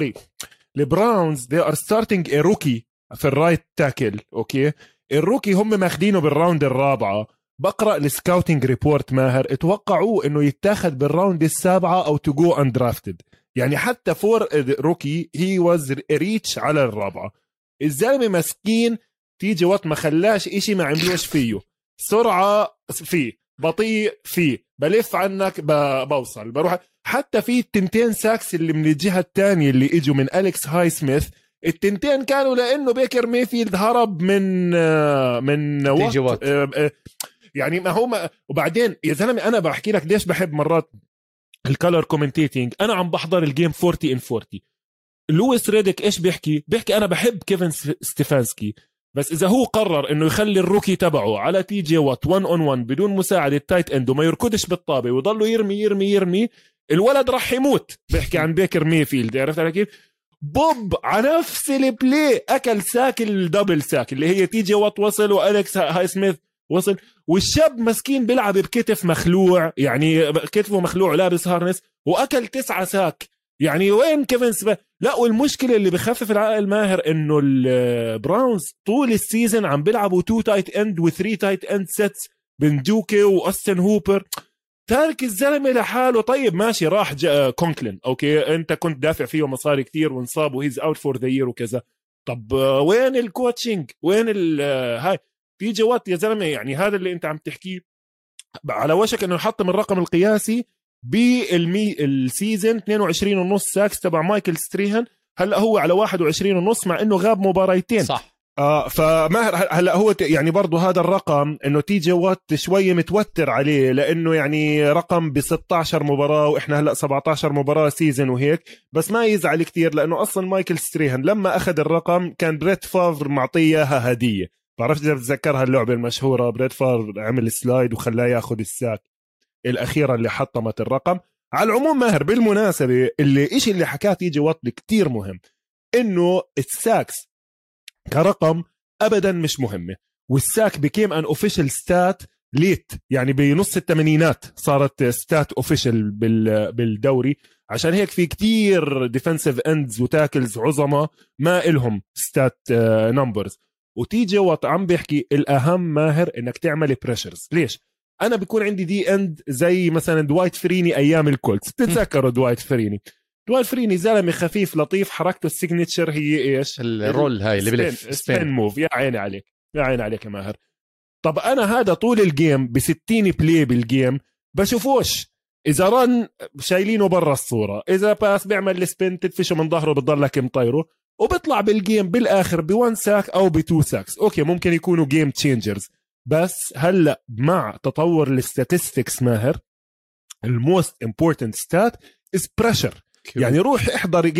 [SPEAKER 2] البراونز they are starting a rookie في الرايت تاكل. أوكي، الروكي هم ماخدينه بالراوند الرابعة. بقرأ السكاوتينج ريبورت ماهر، اتوقعوا انه يتاخد بالراوند السابعة او to go undrafted، يعني حتى فور روكي he was reach على الرابعة. الزلمة مسكين تيجي وقت ما خلاش اشي ما عملوش فيه، سرعة فيه، بطيء فيه، بلف عنك بوصل بروح. حتى في التنتين ساكس اللي من الجهة الثانية اللي اجوا من أليكس هاي سميث، التنتين كانوا لانه بيكر مايفيلد هرب من وقت يعني ما هو وبعدين يا زلمه انا بحكي لك ليش بحب مرات الكالر كومنتيتنج. انا عم بحضر الجيم 40-40، لويس ريديك ايش بيحكي انا بحب كيفن ستيفانسكي، بس اذا هو قرر انه يخلي الروكي تبعه على تي جي وات 1 on 1 بدون مساعده تايت اند وما يركضش بالطابه ويضلوا يرمي الولد راح يموت. بيحكي عن بيكر مايفيلد، عرفت علي كيف؟ بوب على نفس البلاي اكل ساك الدبل ساك اللي هي تي جي وات وصل والكس هاي سميث وصل، والشاب مسكين بيلعب بكتف مخلوع، يعني كتفه مخلوع لابس هارنس واكل 9 ساك. يعني وين كيفن لا، والمشكله اللي بخفف العقل ماهر انه البراونز طول السيزن عم بيلعبوا 2 تايت اند و3 تايت اند سيتس بندوكي واستن هوبر، تارك الزلمه لحاله. طيب ماشي، راح كونكلين، اوكي انت كنت دافع فيه مصاري كتير وانصاب وهيز اوت فور ذا يير وكذا، طب وين الكوتشنج؟ وين هاي في جوات يا زلمه؟ يعني هذا اللي انت عم تحكيه على وشك انه يحطم الرقم القياسي بالسيزن 22.5 ساكس تبع مايكل ستريهن، هلا هو على 21.5 مع انه غاب مباريتين.
[SPEAKER 1] صح.
[SPEAKER 2] فماهر هلا هو يعني برضو هذا الرقم انه تي جي وات شويه متوتر عليه، لانه يعني رقم ب 16 مباراه واحنا هلا 17 مباراه سيزن وهيك، بس ما يزعل كتير لانه اصلا مايكل ستريهن لما اخذ الرقم كان بريت فافر معطيها هديه. بعرفت اذا بتذكرها اللعبه المشهوره، بريت فافر عمل سلايد وخلاه ياخذ الساك الاخيره اللي حطمت الرقم. على العموم ماهر بالمناسبه اللي حكاه تي جي وات كتير مهم، انه الساكس كرقم ابدا مش مهمه، والساك بكيم ان اوفيشال ستات ليت، يعني بنص الثمانينات صارت ستات اوفيشال بالدوري. عشان هيك في كتير ديفنسيف اندز وتاكلز عظمة ما إلهم ستات نمبرز. وتي جي وات عم بيحكي الاهم ماهر انك تعمل بريشرز. ليش؟ انا بيكون عندي دي اند زي مثلا دوايت فريني ايام الكولتس، بتتذكروا دوايت فريني زلمه خفيف لطيف، حركته السيجنتشر هي ايش؟
[SPEAKER 1] الرول هاي اللي بلف
[SPEAKER 2] سبين موف. يا عيني عليك، يا عيني عليك يا ماهر. طب انا هذا طول الجيم ب60 بلاي بالجيم بشوفوش، اذا رن شايلينه برا الصوره، اذا باس بيعمل السبين تدفشه من ظهره بتضلك مطيره، وبيطلع بالجيم بالاخر ب1 ساك او ب2 ساكس. اوكي ممكن يكونوا جيم تشينجرز، بس هلا مع تطور الستاتستكس ماهر الموست امبورتنت ستات از بريشر. يعني روح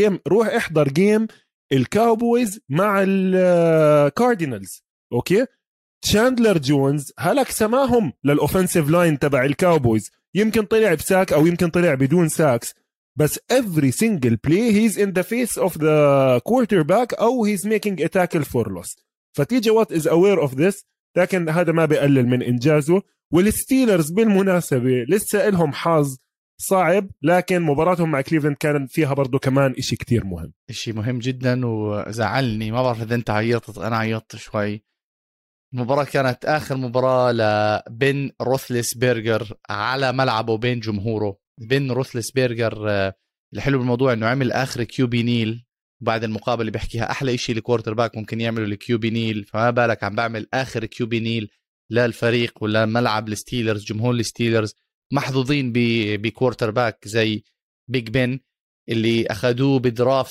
[SPEAKER 2] احضر جيم الكاوبويز مع الكاردينالز. اوكي تشاندلر جونز هلك سماهم للاوفنسيف لاين تبع الكاوبويز، يمكن طلع بساك او يمكن طلع بدون ساكس، بس every single play he's in the face of the quarterback او he's making a tackle for loss. فتيجي وات is aware of this، لكن هذا ما بيقلل من انجازه. والستيلرز بالمناسبة لسه لهم حظ صعب، لكن مباراتهم مع كليفلاند كان فيها برضو كمان اشي كتير مهم،
[SPEAKER 1] اشي مهم جدا وزعلني. ما بعرف اذا انت عيطت، انا عيطت شوي. المباراة كانت آخر مباراة لبن روثلسبيرجر على ملعبه بين جمهوره. بن روثلسبيرجر الحلو بالموضوع انه عمل آخر كيوبي نيل بعد المقابلة، بيحكيها أحلى إشي الكوارتر باك ممكن يعمله الكيوبي نيل، فما بالك عم بعمل آخر كيوبي نيل للفريق ولا ملعب الستيلرز. جمهور الستيلرز محظوظين بكوارتر باك زي بيج بن اللي أخذوه بدرافت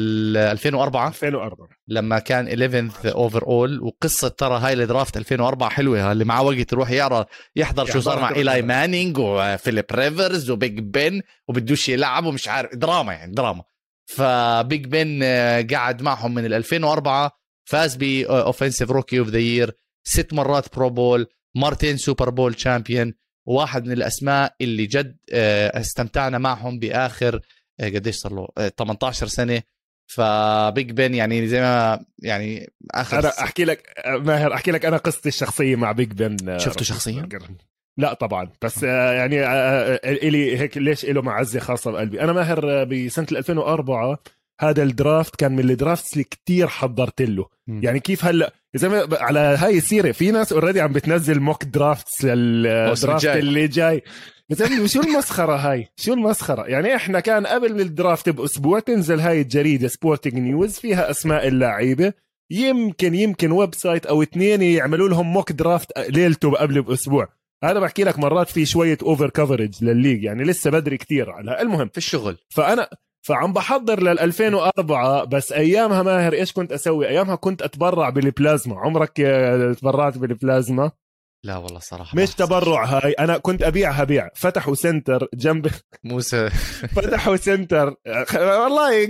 [SPEAKER 1] 2004 لما كان 11th overall. وقصة ترى هاي الدرافت 2004 حلوة، اللي معه وقت يروح يحضر شو صار مع إيلاي مانينج وفيليب ريفرز وبيج بن وبدوش يلعب ومش عارف، دراما يعني دراما. فبيج بن قاعد معهم من 2004، فاز ب Offensive Rookie of the Year، 6 مرات برو بول، مرتين سوبر بول تشامبيون، واحد من الأسماء اللي جد استمتعنا معهم بآخر قديش صار له 18 سنة. فبيج بن يعني زي ما يعني آخر
[SPEAKER 2] أنا أحكي لك ماهر، أحكي لك أنا قصتي الشخصية مع بيج بن.
[SPEAKER 1] شفته شخصيا؟
[SPEAKER 2] لا طبعا، بس يعني إلي هيك ليش له معزة خاصة بقلبي. أنا ماهر بسنة 2004 هذا الدرافت كان من الدرافتس اللي كتير حضرت له. يعني كيف هلا زي ما على هاي السيرة في ناس اوريدي عم بتنزل موك درافتس للدرافت اللي جاي. شو المسخرة هاي؟ شو المسخرة؟ يعني احنا كان قبل الدرافت بأسبوع تنزل هاي الجريدة سبورتنج نيوز فيها أسماء اللاعيبة، يمكن ويب سايت أو 2 يعملوا لهم موك درافت ليلته قبل بأسبوع. هذا بحكي لك مرات في شوية اوفر كفرج للليج، يعني لسه بدري كتير على المهم
[SPEAKER 1] في الشغل.
[SPEAKER 2] فعم بحضر لل2004. بس ايامها ماهر ايش كنت اسوي؟ ايامها كنت اتبرع بالبلازما. عمرك تبرعت بالبلازما؟
[SPEAKER 1] لا والله صراحة
[SPEAKER 2] مش تبرع هاي، انا كنت ابيعها بيع. فتحوا سنتر جنب
[SPEAKER 1] موسى
[SPEAKER 2] فتحوا سنتر والله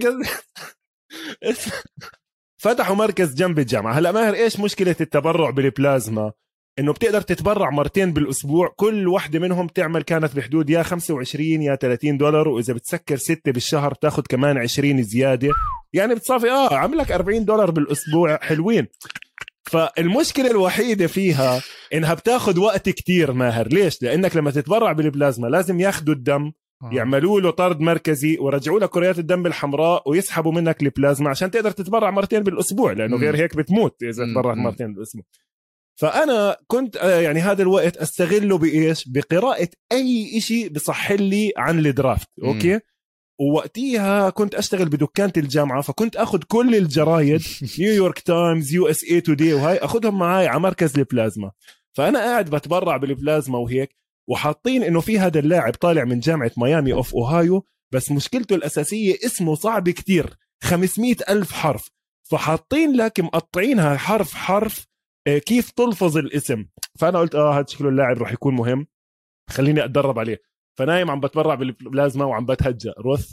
[SPEAKER 2] فتحوا مركز جنب الجامعة. هلا ماهر ايش مشكلة التبرع بالبلازما؟ انه بتقدر تتبرع مرتين بالاسبوع، كل واحدة منهم تعمل كانت بحدود يا 25 يا $30، واذا بتسكر 6 بالشهر تاخد كمان 20 زيادة، يعني بتصافي عملك $40 بالاسبوع حلوين. فالمشكلة الوحيدة فيها انها بتاخد وقت كتير ماهر. ليش؟ لانك لما تتبرع بالبلازما لازم ياخدوا الدم، يعملوا له طرد مركزي ورجعوا لك كريات الدم الحمراء ويسحبوا منك البلازما عشان تقدر تتبرع مرتين بالاسبوع، لانه غير هيك بتموت اذا تبرعت مرتين بالاسبوع. فانا كنت يعني هذا الوقت استغله بايش؟ بقراءة اي إشي بصح لي عن الدرافت. اوكي. ووقتيها كنت اشتغل بدكانة الجامعة، فكنت اخذ كل الجرايد نيويورك تايمز USA توداي وهاي اخذهم معاي على مركز البلازما. فانا قاعد بتبرع بالبلازما وهيك، وحاطين انه في هذا اللاعب طالع من جامعة ميامي اوف اوهايو، بس مشكلته الاساسية اسمه صعب كتير 500,000 حرف، فحاطين لك مقطعينها حرف حرف كيف تلفظ الاسم. فانا قلت هذا شكله اللاعب راح يكون مهم، خليني اتدرب عليه. فنايم عم بتبرع بالبلازما وعم بتهجى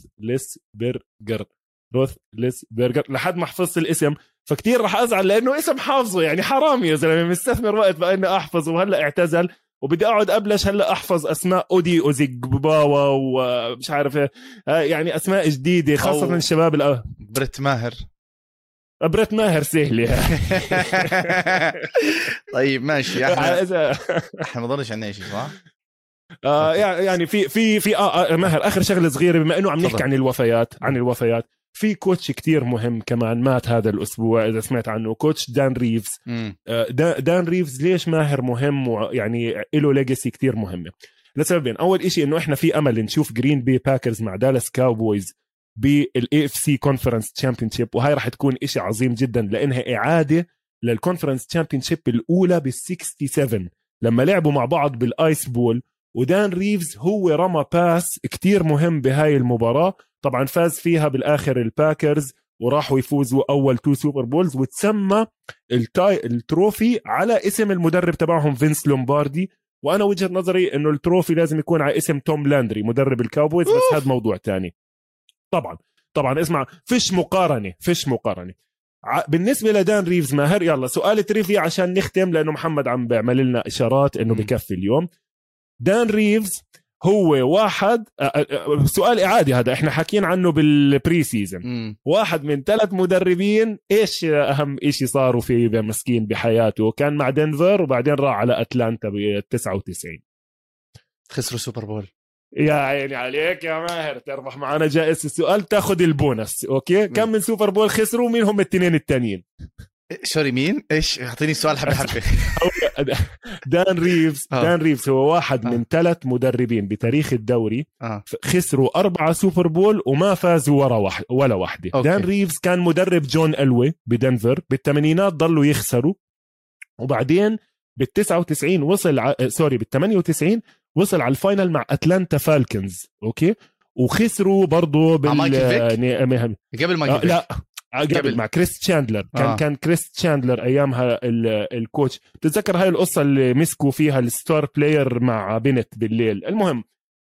[SPEAKER 2] روثلسبرجر لحد ما حفظت الاسم. فكتير راح ازعل لانه اسم حافظه، يعني حرام يا زلمه مستثمر وقت باني احفظه، وهلا اعتزل وبدي اقعد ابلش هلا احفظ اسماء اودي اوزيغباوا ومش عارف يعني اسماء جديده خاصه من الشباب.
[SPEAKER 1] بريت ماهر
[SPEAKER 2] سهله.
[SPEAKER 1] طيب ماشي احنا ما ضلش عندنا شيء صح؟
[SPEAKER 2] يعني في ماهر اخر شغله صغيره، بما انه عم نحكي عن الوفيات في كوتش كتير مهم كمان مات هذا الاسبوع اذا سمعت عنه، كوتش دان ريفز. دان ريفز ليش ماهر مهم؟ ويعني له ليجاسي كتير مهمه لسببين. اول إشي انه احنا في امل نشوف جرين بي باكرز مع دالاس كاوبويز بالAFC كونفرنس تشامبيونشيب، وهي راح تكون إشي عظيم جدا لانها اعاده للكونفرنس تشامبيونشيب الاولى بال67 لما لعبوا مع بعض بالايس بول. ودان ريفز هو رمى باس كتير مهم بهاي المباراة، طبعا فاز فيها بالآخر الباكرز وراحوا يفوزوا أول 2 سوبر بولز، وتسمى التروفي على اسم المدرب تبعهم فينس لومباردي. وأنا وجهة نظري إنه التروفي لازم يكون على اسم توم لاندري مدرب الكاوبويز، بس هذا موضوع تاني. طبعا اسمع، فيش مقارنة. بالنسبة لدان ريفز ماهر، يلا سؤال تريفيا عشان نختم لأنه محمد عم بيعمل لنا إشارات إنه بكفي اليوم. دان ريفز هو واحد سؤال إعادي، هذا احنا حكين عنه بالبري سيزن. واحد من 3 مدربين ايش اهم اشي صاروا فيه مسكين بحياته؟ كان مع دنفر وبعدين راح على اتلانتا ب99
[SPEAKER 1] خسروا سوبر بول.
[SPEAKER 2] يا عيني عليك يا ماهر، تربح معنا جائزة السؤال تاخد البونس. اوكي كم من سوبر بول خسروا؟ مين هم ال2 التانيين؟
[SPEAKER 1] سوري مين؟ ايش؟ اعطيني السؤال حبه.
[SPEAKER 2] دان ريفز هو واحد من 3 مدربين بتاريخ الدوري خسروا 4 سوبر بول وما فازوا ولا واحدة. دان ريفز كان مدرب جون ألوي بدنفر بالثمانينات، ضلوا يخسروا، وبعدين بال99 وصل بال98 وصل على الفاينل مع أتلانتا فالكنز. اوكي وخسروا برضو
[SPEAKER 1] قبل ما
[SPEAKER 2] لا قبل مع كريس تشاندلر. كان كريس تشاندلر ايامها الكوتش. بتتذكر هاي القصه اللي مسكوا فيها الستار بلاير مع بنت بالليل؟ المهم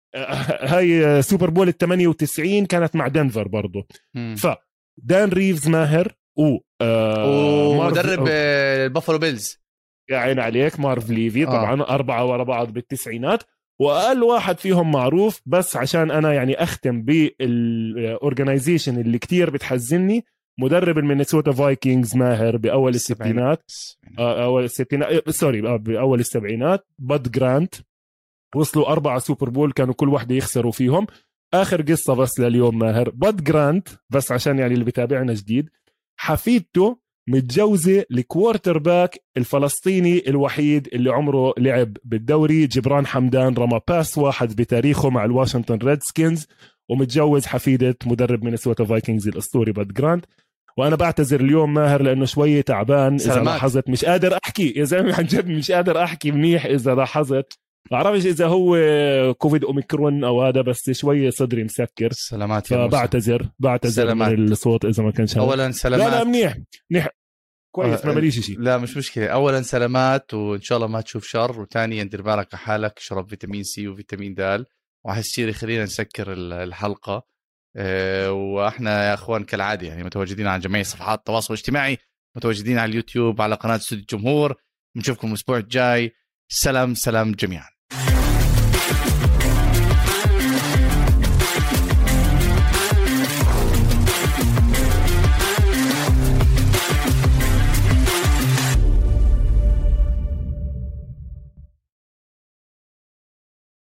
[SPEAKER 2] هاي سوبر بول 98 كانت مع دنفر برضو. فدان ريفز ماهر ومدرب
[SPEAKER 1] البافلو بيلز
[SPEAKER 2] يا عين عليك. مارف ليفي طبعا 4 ورا بعض بالتسعينات، واقل واحد فيهم معروف بس عشان انا يعني اختم بالاورجنايزيشن اللي كتير بتحزني، مدرب المينيسوتا فايكنجز ماهر باول الستينات اول الستينات سوري باول السبعينات، باد جرانت. وصلوا 4 سوبر بول كانوا كل واحدة يخسروا فيهم. آخر قصة بس لليوم ماهر، باد جرانت بس عشان يعني اللي بتابعنا جديد، حفيدته متجوزة الكوارتر باك الفلسطيني الوحيد اللي عمره لعب بالدوري، جبران حمدان، رمى باس واحد بتاريخه مع الواشنطن ريدسكنز، ومتجوز حفيدة مدرب مينيسوتا فايكنجز الأسطوري باد جرانت. وأنا بعتذر اليوم ماهر لأنه شوية تعبان، إذا لاحظت مش قادر أحكي يا زلمة عن جد، مش قادر أحكي منيح. إذا لاحظت بعرفش إذا هو كوفيد أوميكرون أو هذا، بس شوية صدري مسكر.
[SPEAKER 1] سلامات.
[SPEAKER 2] فبعتذر
[SPEAKER 1] سلامات.
[SPEAKER 2] من الصوت إذا ما كان شغال.
[SPEAKER 1] أولا سلامات.
[SPEAKER 2] لا منيح كويس، ما بليش شيء.
[SPEAKER 1] لا مش مشكلة. أولا سلامات وإن شاء الله ما تشوف شر، وثانيا دير بالك على حالك، شرب فيتامين سي وفيتامين د. وحسيري خلينا نسكر الحلقة. وإحنا يا أخوان كالعادة يعني متواجدين على جميع صفحات التواصل الاجتماعي، متواجدين على اليوتيوب على قناة استوديو الجمهور. بنشوفكم الأسبوع الجاي. سلام جميعا.